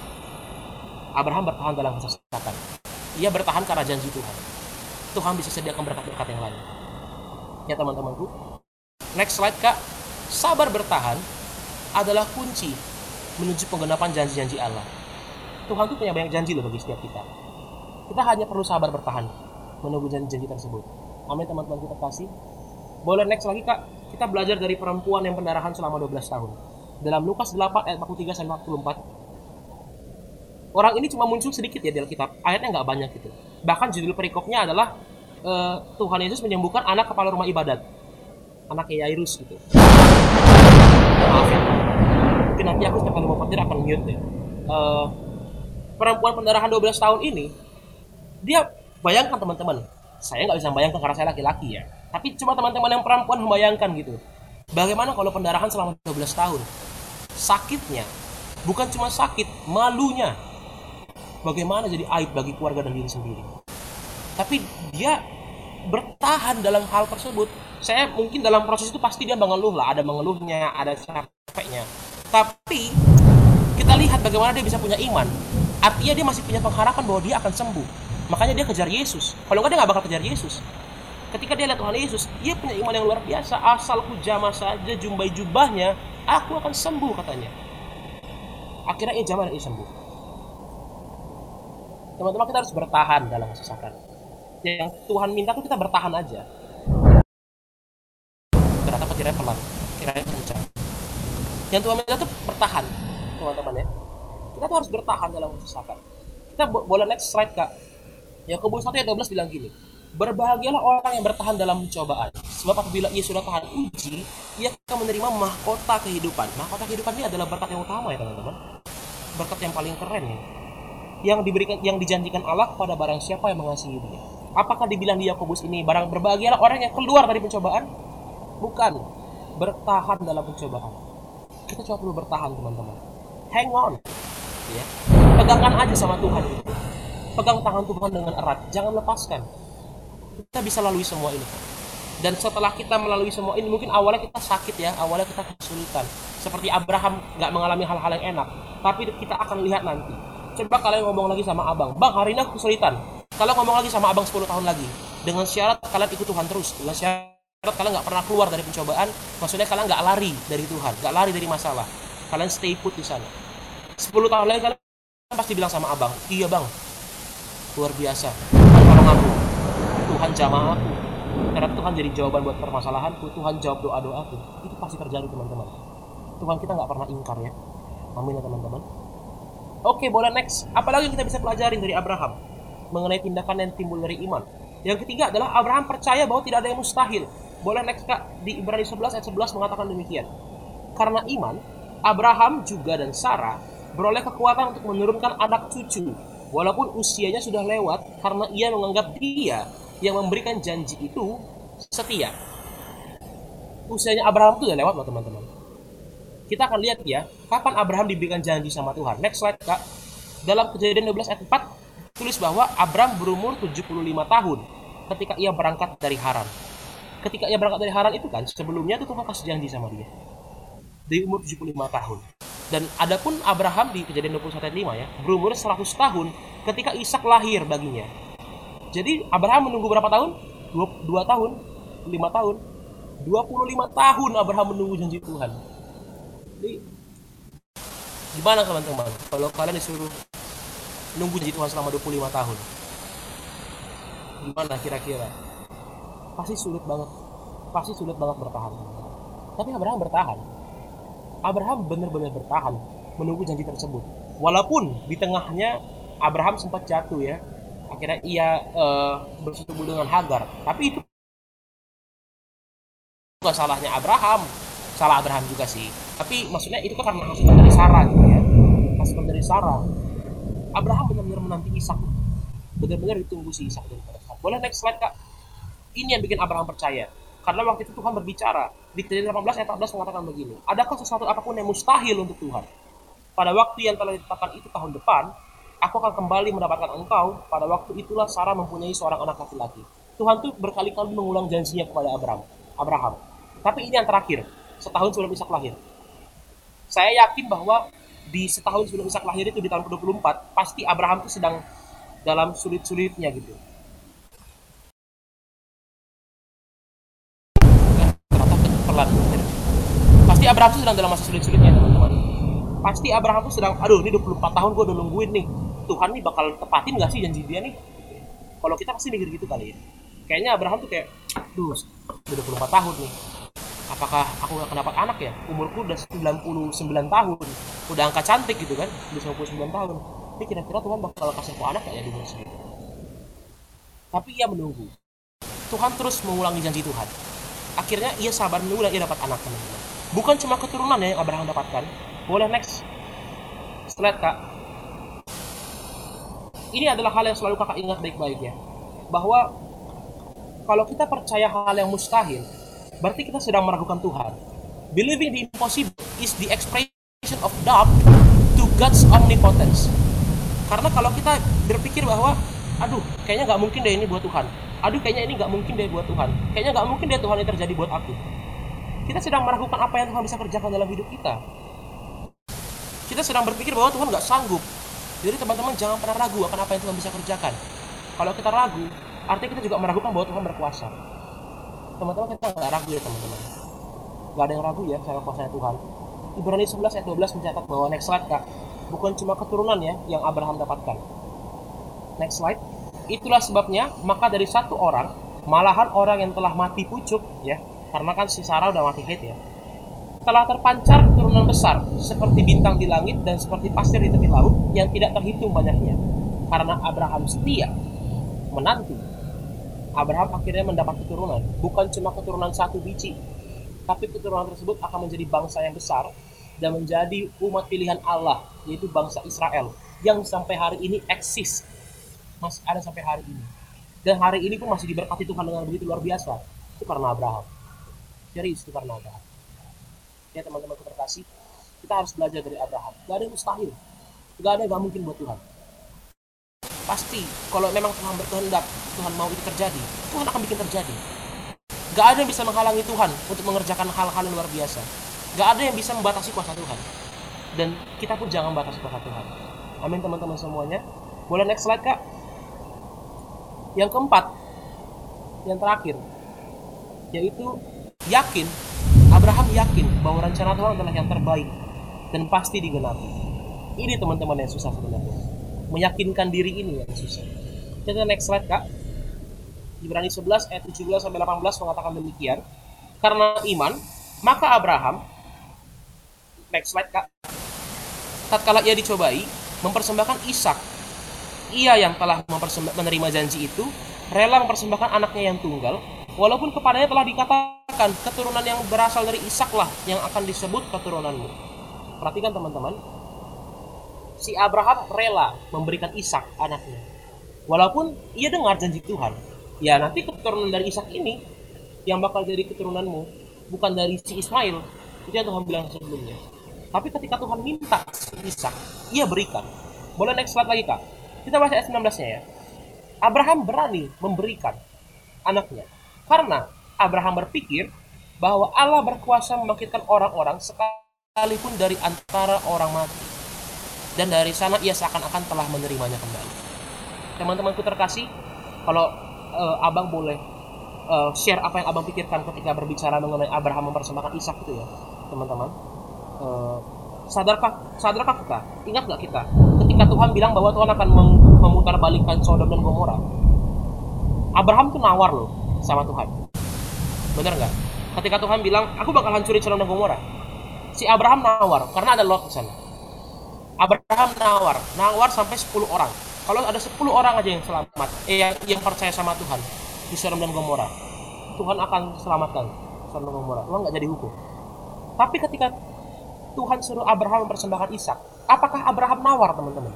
Abraham bertahan dalam kesesatan. Ia bertahan karena janji Tuhan. Tuhan bisa sediakan berkat-berkat yang lain. Ya teman-temanku. Next slide kak. Sabar bertahan adalah kunci menuju penggenapan janji-janji Allah. Tuhan tuh punya banyak janji loh bagi setiap kita. Kita hanya perlu sabar bertahan menunggu janji-janji tersebut. Amin teman-teman kita kasih. Boleh next lagi kak. Kita belajar dari perempuan yang pendarahan selama dua belas tahun. Dalam Lukas delapan ayat empat puluh tiga sampai empat puluh empat. Orang ini cuma muncul sedikit ya di Alkitab. Ayatnya nggak banyak gitu. Bahkan judul perikopnya adalah uh, Tuhan Yesus menyembuhkan anak kepala rumah ibadat. Anaknya Yairus gitu. Maaf ya. Mungkin nanti aku setiap kali mau petir akan mute ya. Uh, perempuan pendarahan dua belas tahun ini, dia bayangkan teman-teman, saya nggak bisa bayangkan karena saya laki-laki ya, tapi cuma teman-teman yang perempuan membayangkan gitu, bagaimana kalau pendarahan selama dua belas tahun, sakitnya, bukan cuma sakit, malunya, bagaimana jadi aib bagi keluarga dan diri sendiri. Tapi dia bertahan dalam hal tersebut. Saya mungkin dalam proses itu pasti dia mengeluh lah, ada mengeluhnya, ada capeknya, tapi kita lihat bagaimana dia bisa punya iman. Artinya dia masih punya pengharapan bahwa dia akan sembuh. Makanya dia kejar Yesus. Kalau enggak dia nggak bakal kejar Yesus. Ketika dia lihat Tuhan Yesus, dia punya iman yang luar biasa. Asal ku jamah saja jumbai jubahnya, aku akan sembuh katanya. Akhirnya ia jamah dan ia sembuh. Teman-teman, kita harus bertahan dalam kesusahan. Yang Tuhan minta tuh kita bertahan aja. Ternyata petirnya pelan, kiranya kencang. Yang Tuhan minta tuh bertahan, teman-teman ya. Kita tuh harus bertahan dalam kesusahan. Kita bo- boleh next slide kak. Yakobus satu ayat dua belas bilang gini, berbahagialah orang yang bertahan dalam pencobaan, sebab apabila ia sudah tahan uji, ia akan menerima mahkota kehidupan. Mahkota kehidupan ini adalah berkat yang utama ya teman-teman, berkat yang paling keren ya, yang diberikan, yang dijanjikan Allah kepada barang siapa yang mengasihi dia. Apakah dibilang di Yakobus ini barang berbahagialah orang yang keluar dari pencobaan? Bukan, bertahan dalam pencobaan. Kita cuma perlu bertahan teman-teman. Hang on. Ya. Pegangkan aja sama Tuhan gitu. Pegang tangan Tuhan dengan erat, jangan lepaskan. Kita bisa lalui semua ini. Dan setelah kita melalui semua ini, mungkin awalnya kita sakit ya, awalnya kita kesulitan. Seperti Abraham gak mengalami hal-hal yang enak, tapi kita akan lihat nanti. Coba kalian ngomong lagi sama abang, bang hari ini aku kesulitan. Kalau ngomong lagi sama abang sepuluh tahun lagi, dengan syarat kalian ikut Tuhan terus, dengan syarat kalian gak pernah keluar dari pencobaan, maksudnya kalian gak lari dari Tuhan, gak lari dari masalah, kalian stay put di sana. sepuluh tahun lagi kalian pasti bilang sama abang, iya bang, luar biasa, Tuhan tolong aku, Tuhan jamah aku, ternyata Tuhan jadi jawaban buat permasalahanku, Tuhan jawab doa-doaku. Itu pasti terjadi teman-teman. Tuhan kita gak pernah ingkar ya. Amin ya teman-teman. Oke, boleh next. Apalagi kita bisa pelajarin dari Abraham mengenai tindakan yang timbul dari iman. Yang ketiga adalah Abraham percaya bahwa tidak ada yang mustahil. Boleh next kak, di Ibrani sebelas ayat sebelas mengatakan demikian. Karena iman, Abraham juga dan Sarah beroleh kekuatan untuk menurunkan anak cucu, walaupun usianya sudah lewat, karena ia menganggap dia yang memberikan janji itu setia. Usianya Abraham itu sudah lewat loh teman-teman. Kita akan lihat ya, kapan Abraham diberikan janji sama Tuhan. Next slide Kak. Dalam Kejadian dua belas ayat empat, tulis bahwa Abraham berumur tujuh puluh lima tahun ketika ia berangkat dari Haran. Ketika ia berangkat dari Haran itu kan, sebelumnya itu Tuhan kasih janji sama dia. Di umur tujuh puluh lima tahun. Dan adapun Abraham di Kejadian dua puluh satu ayat lima ya, berumur seratus tahun ketika Ishak lahir baginya. Jadi Abraham menunggu berapa tahun? dua tahun, lima tahun. dua puluh lima tahun Abraham menunggu janji Tuhan. Jadi gimana teman-teman kalau kalian disuruh nunggu janji Tuhan selama dua puluh lima tahun? Gimana kira-kira? Pasti sulit banget. Pasti sulit banget bertahan. Tapi Abraham bertahan. Abraham benar-benar bertahan menunggu janji tersebut. Walaupun di tengahnya Abraham sempat jatuh ya. Akhirnya ia uh, bersetubuh dengan Hagar. Tapi itu bukan salahnya Abraham. Salah Abraham juga sih. Tapi maksudnya itu kan karena masukan dari Sarah gitu ya. Masukan dari Sarah. Abraham benar-benar menanti Ishak. Benar-benar ditunggu si Ishak dari pada saat. Boleh next slide Kak. Ini yang bikin Abraham percaya. Karena waktu itu Tuhan berbicara. Di Kejadian delapan belas ayat empat belas mengatakan begini. Adakah sesuatu apapun yang mustahil untuk Tuhan? Pada waktu yang telah ditetapkan itu tahun depan, aku akan kembali mendapatkan engkau. Pada waktu itulah Sarah mempunyai seorang anak laki-laki. Tuhan tuh berkali-kali mengulang janjinya kepada Abraham. Abraham. Tapi ini yang terakhir. Setahun sebelum Ishak lahir. Saya yakin bahwa di setahun sebelum Ishak lahir itu di tahun ke dua puluh empat, pasti Abraham tuh sedang dalam sulit-sulitnya gitu. Pasti Abraham tuh sedang dalam masa sulit-sulitnya teman-teman. Pasti Abraham tuh sedang, aduh ini dua puluh empat tahun gue udah nungguin nih. Tuhan nih bakal tepatin gak sih janji dia nih? Kalau kita pasti mikir gitu kali ya. Kayaknya Abraham tuh kayak, duh udah dua puluh empat tahun nih. Apakah aku gak akan dapat anak ya? Umurku udah sembilan puluh sembilan tahun. Udah angka cantik gitu kan, udah sembilan puluh sembilan tahun. Ini kira-kira Tuhan bakal kasih aku anak gak ya di umur segitu? Tapi ia menunggu. Tuhan terus mengulangi janji Tuhan. Akhirnya ia sabar menunggu dan ia dapat anak teman-teman. Bukan cuma keturunan ya yang Abraham dapatkan. Boleh next slide Kak. Ini adalah hal yang selalu kakak ingat baik-baik ya. Bahwa kalau kita percaya hal yang mustahil, berarti kita sedang meragukan Tuhan. Believing the impossible is the expression of doubt to God's omnipotence. Karena kalau kita berpikir bahwa, aduh, kayaknya nggak mungkin deh ini buat Tuhan. Aduh, kayaknya ini nggak mungkin deh buat Tuhan. Kayaknya nggak mungkin deh Tuhan ini terjadi buat aku. Kita sedang meragukan apa yang Tuhan bisa kerjakan dalam hidup kita. Kita sedang berpikir bahwa Tuhan nggak sanggup. Jadi teman-teman jangan pernah ragu akan apa yang Tuhan bisa kerjakan. Kalau kita ragu, artinya kita juga meragukan bahwa Tuhan berkuasa. Teman-teman kita nggak ragu ya teman-teman. Nggak ada yang ragu ya sama kuasanya Tuhan. Ibrani sebelas ayat dua belas mencatat bahwa next slide Kak. Bukan cuma keturunan ya yang Abraham dapatkan. Next slide. Itulah sebabnya maka dari satu orang, malahan orang yang telah mati pucuk ya, karena kan si Sarah udah mati haid ya, telah terpancar keturunan besar seperti bintang di langit dan seperti pasir di tepi laut yang tidak terhitung banyaknya. Karena Abraham setia menanti, Abraham akhirnya mendapat keturunan. Bukan cuma keturunan satu biji, tapi keturunan tersebut akan menjadi bangsa yang besar dan menjadi umat pilihan Allah, yaitu bangsa Israel yang sampai hari ini eksis, masih ada sampai hari ini, dan hari ini pun masih diberkati Tuhan dengan begitu luar biasa. Itu karena Abraham. Jadi itu karena Abraham. Ya teman-teman terkasih, kita harus belajar dari Abraham. Gak ada yang mustahil, gak ada yang gak mungkin buat Tuhan. Pasti kalau memang Tuhan berkehendak, Tuhan mau itu terjadi, Tuhan akan bikin terjadi. Gak ada yang bisa menghalangi Tuhan untuk mengerjakan hal-hal yang luar biasa. Gak ada yang bisa membatasi kuasa Tuhan. Dan kita pun jangan membatasi kuasa Tuhan. Amin teman-teman semuanya. Boleh next slide Kak. Yang keempat, yang terakhir, yaitu yakin. Abraham yakin bahwa rencana Tuhan adalah yang terbaik dan pasti digenapi. Ini teman-teman yang susah sebenarnya. Meyakinkan diri ini yang susah. Kita next slide Kak. Ibrani sebelas ayat tujuh belas sampai delapan belas mengatakan demikian. Karena iman, maka Abraham, next slide Kak, tatkala ia dicobai mempersembahkan Ishak, ia yang telah menerima janji itu rela mempersembahkan anaknya yang tunggal, walaupun kepadanya telah dikatakan dikatakan keturunan yang berasal dari Ishak lah yang akan disebut keturunanmu. Perhatikan teman-teman, si Abraham rela memberikan Ishak anaknya. Walaupun ia dengar janji Tuhan, ya nanti keturunan dari Ishak ini yang bakal jadi keturunanmu, bukan dari si Ismail. Itu yang Tuhan bilang sebelumnya. Tapi ketika Tuhan minta si Ishak, ia berikan. Boleh next slide lagi kak? Kita baca ayat sembilan belas-nya ya. Abraham berani memberikan anaknya karena Abraham berpikir bahwa Allah berkuasa membangkitkan orang-orang sekalipun dari antara orang mati. Dan dari sana ia seakan-akan telah menerimanya kembali. Teman-temanku terkasih, kalau uh, abang boleh uh, share apa yang abang pikirkan ketika berbicara mengenai Abraham mempersembahkan Ishak itu ya, teman-teman. Uh, sadarkah, sadarkah kita? Ingat nggak kita ketika Tuhan bilang bahwa Tuhan akan memutarbalikkan Sodom dan Gomora? Abraham tuh nawar loh sama Tuhan. Bener nggak? Ketika Tuhan bilang, aku bakal hancurin Sodom dan Gomora, si Abraham nawar karena ada Lot di sana. Abraham nawar, nawar sampai sepuluh orang. Kalau ada sepuluh orang aja yang selamat, eh yang, yang percaya sama Tuhan di Sodom dan Gomora, Tuhan akan selamatkan Sodom dan Gomora. Lo nggak jadi hukum. Tapi ketika Tuhan suruh Abraham mempersembahkan Ishak, apakah Abraham nawar, teman-teman?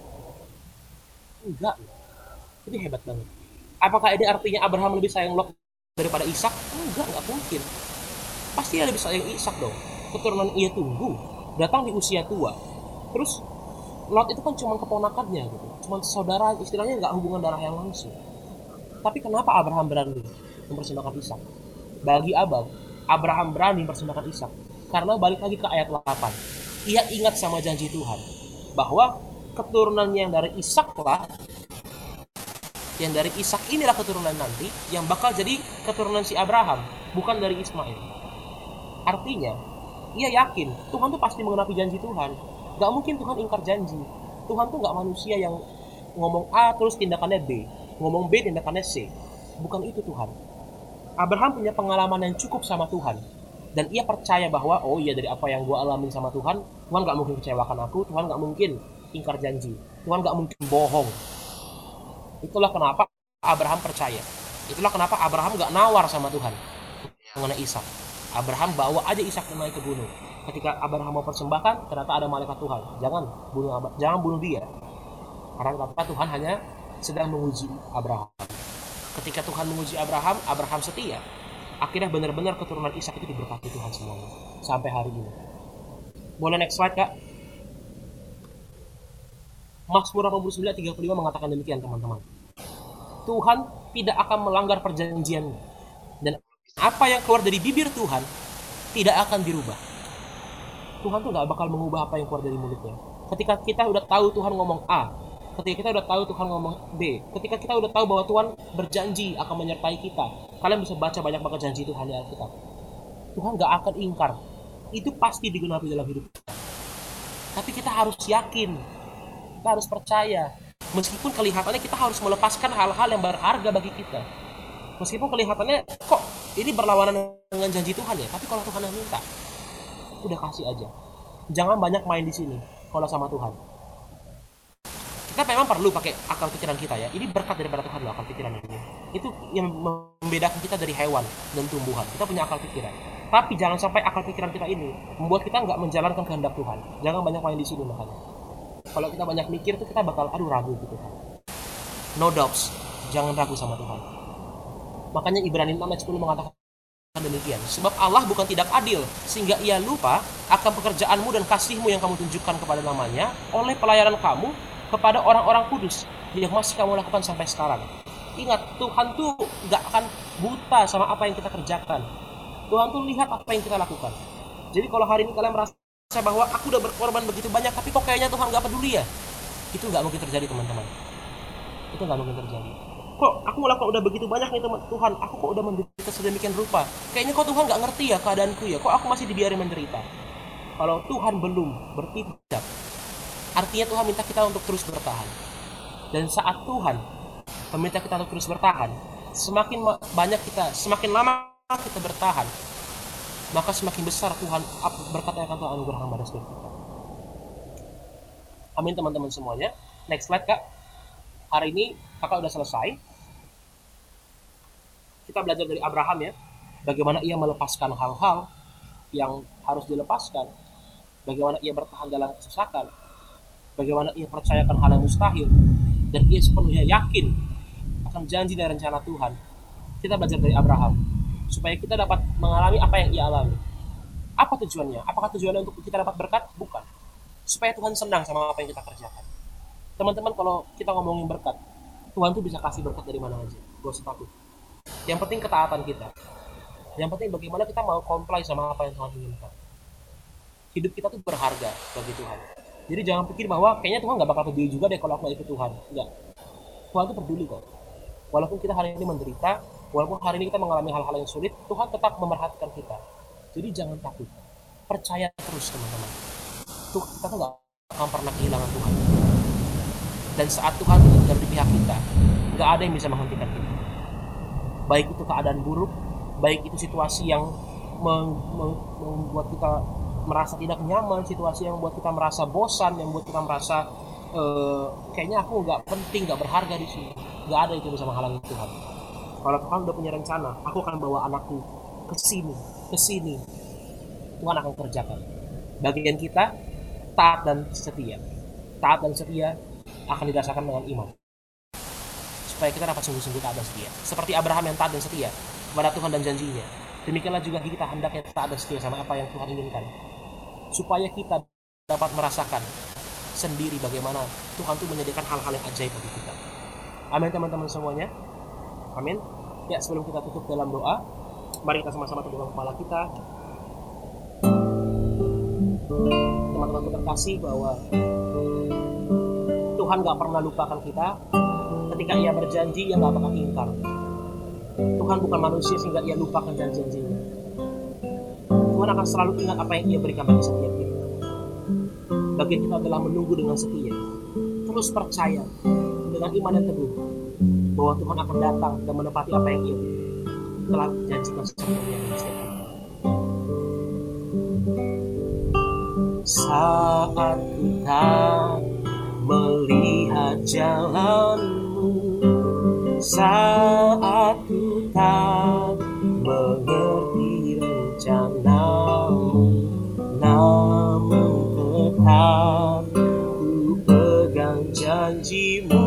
Enggak. Itu hebat banget. Apakah ini artinya Abraham lebih sayang Lot daripada Ishak? Enggak, enggak mungkin. Pasti dia lebih sayang Ishak dong. Keturunan ia tunggu datang di usia tua. Terus Lot itu kan cuma keponakannya gitu, cuma saudara, istilahnya nggak hubungan darah yang langsung. Tapi kenapa Abraham berani mempersembahkan Ishak? Bagi abang, Abraham berani mempersembahkan Ishak karena balik lagi ke ayat delapan. Ia ingat sama janji Tuhan bahwa keturunannya yang dari Ishak lah, yang dari Ishak inilah keturunan nanti yang bakal jadi keturunan si Abraham, bukan dari Ismail. Artinya, ia yakin Tuhan tuh pasti mengenapi janji Tuhan. Gak mungkin Tuhan ingkar janji. Tuhan tuh gak manusia yang ngomong A terus tindakannya B, ngomong B tindakannya C. Bukan itu Tuhan. Abraham punya pengalaman yang cukup sama Tuhan, dan ia percaya bahwa oh iya, dari apa yang gue alamin sama Tuhan, Tuhan gak mungkin kecewakan aku, Tuhan gak mungkin ingkar janji, Tuhan gak mungkin bohong. Itulah kenapa Abraham percaya. Itulah kenapa Abraham gak nawar sama Tuhan mengenai Ishak. Abraham bawa aja Ishak naik ke gunung. Ketika Abraham mau persembahkan, ternyata ada malaikat Tuhan. Jangan bunuh Abraham, jangan bunuh dia. Karena ternyata Tuhan hanya sedang menguji Abraham. Ketika Tuhan menguji Abraham, Abraham setia. Akhirnya benar-benar keturunan Ishak itu diberkati Tuhan semuanya sampai hari ini. Boleh next slide kak? Mazmur delapan puluh sembilan ayat tiga puluh lima mengatakan demikian teman-teman. Tuhan tidak akan melanggar perjanjiannya, dan apa yang keluar dari bibir Tuhan tidak akan dirubah. Tuhan tuh gak bakal mengubah apa yang keluar dari mulutnya. Ketika kita udah tahu Tuhan ngomong A, ketika kita udah tahu Tuhan ngomong B, ketika kita udah tahu bahwa Tuhan berjanji akan menyertai kita, kalian bisa baca banyak banget janji Tuhan di Alkitab. Tuhan gak akan ingkar. Itu pasti digunakan dalam hidup kita. Tapi kita harus yakin, kita harus percaya. Meskipun kelihatannya kita harus melepaskan hal-hal yang berharga bagi kita. Meskipun kelihatannya kok ini berlawanan dengan janji Tuhan ya, tapi kalau Tuhan yang minta, udah kasih aja. Jangan banyak main di sini kalau sama Tuhan. Kita memang perlu pakai akal pikiran kita ya. Ini berkat daripada Tuhan loh, akal pikiran ini. Itu yang membedakan kita dari hewan dan tumbuhan. Kita punya akal pikiran. Tapi jangan sampai akal pikiran kita ini membuat kita nggak menjalankan kehendak Tuhan. Jangan banyak main di sini makanya. Kalau kita banyak mikir tuh kita bakal aduh ragu gitu kan. No doubts. Jangan ragu sama Tuhan. Makanya Ibrani enam ayat sepuluh mengatakan demikian. Sebab Allah bukan tidak adil sehingga ia lupa akan pekerjaanmu dan kasihmu yang kamu tunjukkan kepada namanya oleh pelayanan kamu kepada orang-orang kudus yang masih kamu lakukan sampai sekarang. Ingat, Tuhan tuh gak akan buta sama apa yang kita kerjakan. Tuhan tuh lihat apa yang kita lakukan. Jadi kalau hari ini kalian merasa bahwa aku udah berkorban begitu banyak tapi kok kayaknya Tuhan gak peduli ya, itu gak mungkin terjadi teman-teman. Itu gak mungkin terjadi. Kok aku melakukan udah begitu banyak nih teman Tuhan, aku kok udah menderita sedemikian rupa, kayaknya kok Tuhan gak ngerti ya keadaanku ya, kok aku masih dibiarin menderita. Kalau Tuhan belum bertindak, artinya Tuhan minta kita untuk terus bertahan. Dan saat Tuhan meminta kita untuk terus bertahan, semakin banyak kita, semakin lama kita bertahan, maka semakin besar Tuhan berkat yang akan Tuhan anugerahkan pada setiap kita. Amin teman-teman semuanya. Next slide kak. Hari ini kakak udah selesai. Kita belajar dari Abraham ya. bagaimana ia melepaskan hal-hal yang harus dilepaskan, bagaimana ia bertahan dalam kesesakan, bagaimana ia percayakan hal yang mustahil, dan ia sepenuhnya yakin akan janji dan rencana Tuhan. Kita belajar dari Abraham supaya kita dapat mengalami apa yang ia alami. Apa tujuannya? Apakah tujuannya untuk kita dapat berkat? Bukan. Supaya Tuhan senang sama apa yang kita kerjakan. Teman-teman, kalau kita ngomongin berkat, Tuhan tuh bisa kasih berkat dari mana aja. Gak usah takut. Yang penting ketaatan kita. Yang penting bagaimana kita mau comply sama apa yang Tuhan inginkan. Hidup kita tuh berharga bagi Tuhan. Jadi jangan pikir bahwa kayaknya Tuhan gak bakal peduli juga deh kalau aku gak ikut Tuhan. Enggak. Tuhan tuh peduli kok. Walaupun kita hari ini menderita, walaupun hari ini kita mengalami hal-hal yang sulit, Tuhan tetap memerhatikan kita. Jadi jangan takut. Percaya terus, teman-teman. Tuh, kita tuh gak akan pernah kehilangan Tuhan. Dan saat Tuhan berada di pihak kita, gak ada yang bisa menghentikan kita. Baik itu keadaan buruk, baik itu situasi yang membuat kita merasa tidak nyaman, situasi yang membuat kita merasa bosan, yang membuat kita merasa uh, kayaknya aku nggak penting, nggak berharga di sini. Nggak ada itu bisa menghalangi Tuhan. Kalau Tuhan udah punya rencana, aku akan bawa anakku ke sini, ke sini. Tuhan akan kerjakan. Bagian kita taat dan setia. Taat dan setia akan didasarkan dengan iman. Supaya kita dapat sungguh-sungguh taat dan setia. Seperti Abraham yang taat dan setia kepada Tuhan dan janjinya. Demikianlah juga kita hendaknya taat dan setia sama apa yang Tuhan inginkan. Supaya kita dapat merasakan sendiri bagaimana Tuhan itu menyediakan hal-hal yang ajaib bagi kita. Amin teman-teman semuanya. Amin. Ya, sebelum kita tutup dalam doa, mari kita sama-sama tundukkan kepala kita. Teman-teman terkasih, bahwa Tuhan gak pernah lupakan kita. Ketika ia berjanji, ia gak bakal ingkar. Tuhan bukan manusia sehingga ia lupakan janji-janjinya. Tuhan akan selalu ingat apa yang ia berikan bagi setiap kita. Bagian kita adalah menunggu dengan setia, terus percaya dengan iman yang teguh bahwa Tuhan akan datang dan menepati apa yang ia telah janjikan sebelumnya dengan setiap kita. Saat kita melihat jalanmu, saat kita mengerti rencanamu, namun tetap ku pegang janjimu.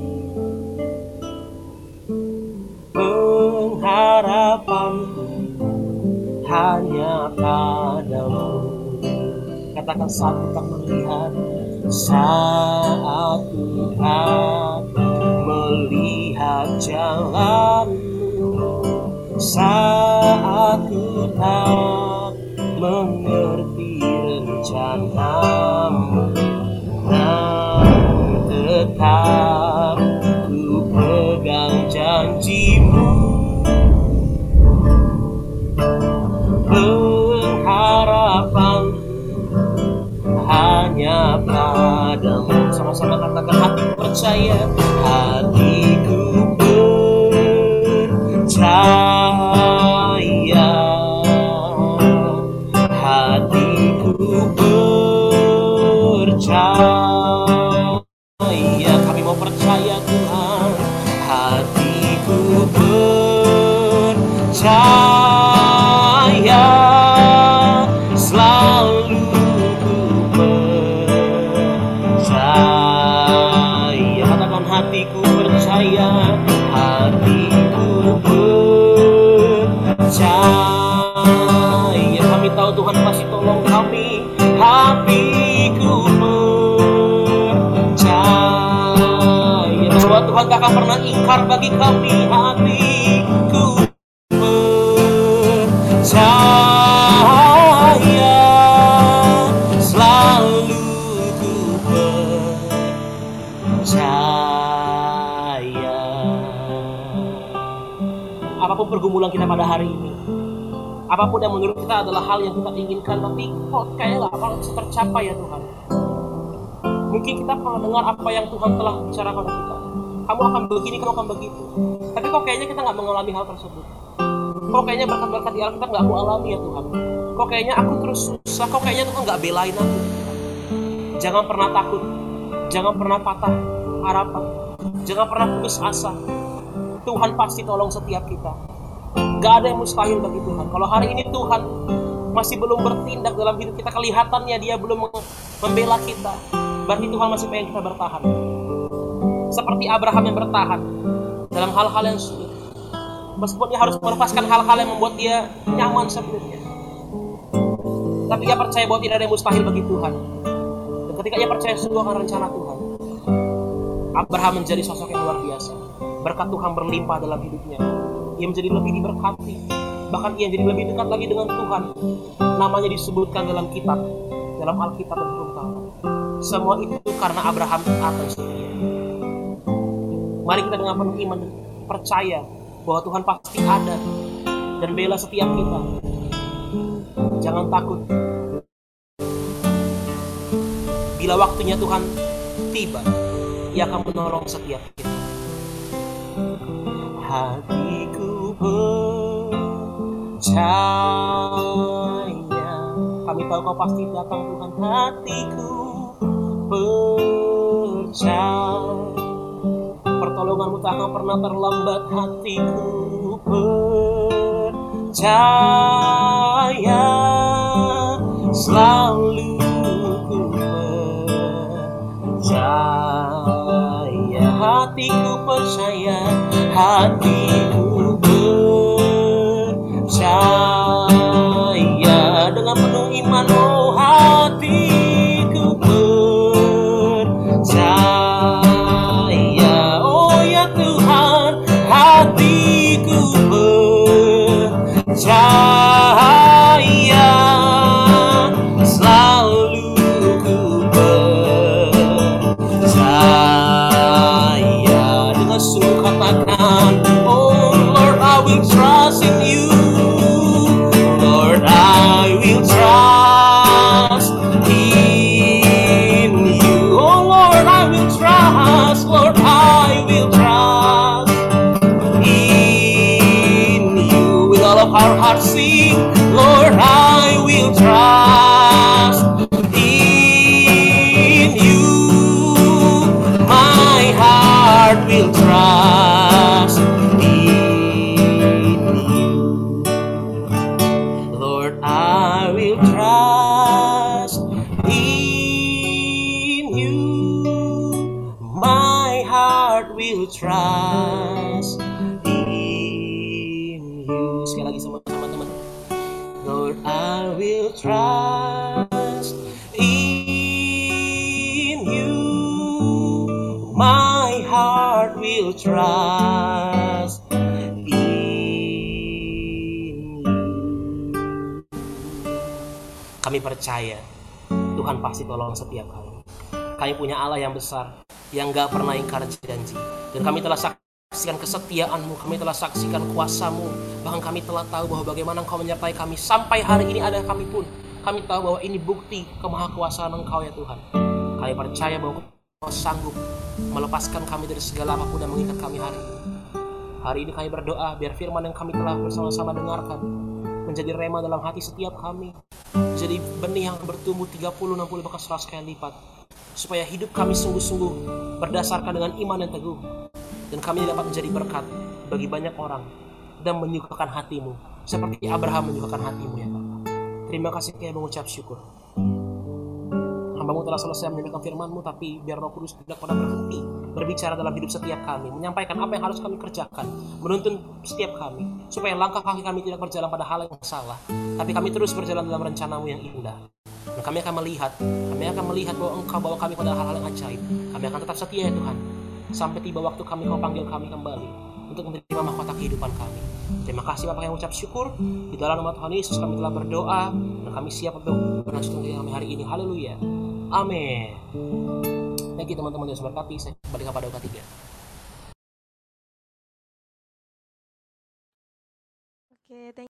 Pengharapanku hanya padamu. Katakan saat kita melihat, saat kita melihat jalanmu, saat kita mengerti rencanamu, namun tetap ku pegang janjimu. Pengharapanku hanya padamu. Sama-sama katakan, hatiku percaya, hatiku percaya, hatiku percaya. Kami mau percaya Tuhan, hatiku percaya, selalu hatiku percaya, hatiku percaya. Kami tahu Tuhan pasti tolong kami, hatiku percaya bahwa Tuhan gak akan pernah ingkar bagi kami, hatiku percaya, selalu ku percaya. Apapun pergumulan kita pada hari ini, apapun yang menurut kita adalah hal yang kita inginkan, tapi kok kayaknya gak akan tercapai ya Tuhan. Mungkin kita pernah dengar apa yang Tuhan telah bicarakan kepada kita. Kamu akan begini, kamu akan begitu. Tapi kok kayaknya kita gak mengalami hal tersebut. Kok kayaknya berkat-berkat di Alkitab gak aku alami ya Tuhan. Kok kayaknya aku terus susah, kok kayaknya Tuhan gak belain aku. Jangan pernah takut, jangan pernah patah harapan, jangan pernah putus asa. Tuhan pasti tolong setiap kita. Gak ada yang mustahil bagi Tuhan. Kalau hari ini Tuhan masih belum bertindak dalam hidup kita, kelihatannya dia belum membela kita, berarti Tuhan masih pengen kita bertahan. Seperti Abraham yang bertahan dalam hal-hal yang sulit, meskipun dia harus melepaskan hal-hal yang membuat dia nyaman sebelumnya, tapi dia percaya bahwa tidak ada yang mustahil bagi Tuhan. Dan ketika ia percaya sungguh akan rencana Tuhan, Abraham menjadi sosok yang luar biasa. Berkat Tuhan berlimpah dalam hidupnya. Ia menjadi lebih diberkati, bahkan ia menjadi lebih dekat lagi dengan Tuhan. Namanya disebutkan dalam kitab, dalam Alkitab dan hukum Taurat. Semua itu karena Abraham taat dan setia. Mari kita dengan penuh iman dan percaya bahwa Tuhan pasti ada dan bela setiap kita. Jangan takut. Bila waktunya Tuhan tiba, Ia akan menolong setiap kita. Hatiku percaya, kami tahu Kau pasti datang Tuhan. Hatiku percaya, pertolongan-Mu tak akan pernah terlambat. Hatiku percaya, selalu ku percaya. Hatiku percaya, hatiku percaya dengan penuh iman. Oh, hatiku percaya. Oh ya Tuhan, hatiku percaya, selalu ku percaya. Dengan sungguh katakan, oh Lord, I will trust in you. Lord, I will trust in you. Oh Lord, I will trust. Lord, I will trust in you. With all of our hearts sing, Lord, I will trust in you. My heart will trust in you. Lord, I will trust in you. My heart will trust in you. Sekali lagi sama-sama teman. Lord, I will trust in you. My heart will trust in you. Kami percaya Tuhan pasti tolong setiap kami. Kami punya Allah yang besar, yang gak pernah ingkar janji. Dan kami telah saksikan kesetiaan-Mu, kami telah saksikan kuasa-Mu. Bahkan kami telah tahu bahwa bagaimana Engkau menyertai kami. Sampai hari ini ada kami pun, kami tahu bahwa ini bukti kemahakuasaan Engkau ya Tuhan. Kami percaya bahwa Engkau sanggup melepaskan kami dari segala apapun yang mengikat kami hari ini. Hari ini kami berdoa biar firman yang kami telah bersama-sama dengarkan menjadi rema dalam hati setiap kami, menjadi benih yang bertumbuh tiga puluh, enam puluh, bahkan seratus kali lipat, supaya hidup kami sungguh-sungguh berdasarkan dengan iman yang teguh, dan kami dapat menjadi berkat bagi banyak orang dan menyukakan hati-Mu seperti Abraham menyukakan hati-Mu ya Bapa. Terima kasih, kami mengucap syukur. Hamba-Mu telah selesai menyampaikan firman-Mu, tapi biar Roh Kudus tidak pernah berhenti berbicara dalam hidup setiap kami, menyampaikan apa yang harus kami kerjakan, menuntun setiap kami, supaya langkah kaki kami tidak berjalan pada hal yang salah, tapi kami terus berjalan dalam rencana-Mu yang indah. Dan kami akan melihat, kami akan melihat bahwa Engkau bawa kami pada hal-hal yang ajaib. Kami akan tetap setia ya Tuhan, sampai tiba waktu kami Kau panggil kami kembali untuk menerima mahkota kehidupan kami. Terima kasih Bapak yang mengucap syukur. Di dalam nama Tuhan Yesus kami telah berdoa, dan kami siap untuk berlangsung kami hari ini. Haleluya. Amin. Thank you teman-teman yang berkati. Saya kembali kepada uka tiga. Oke, thank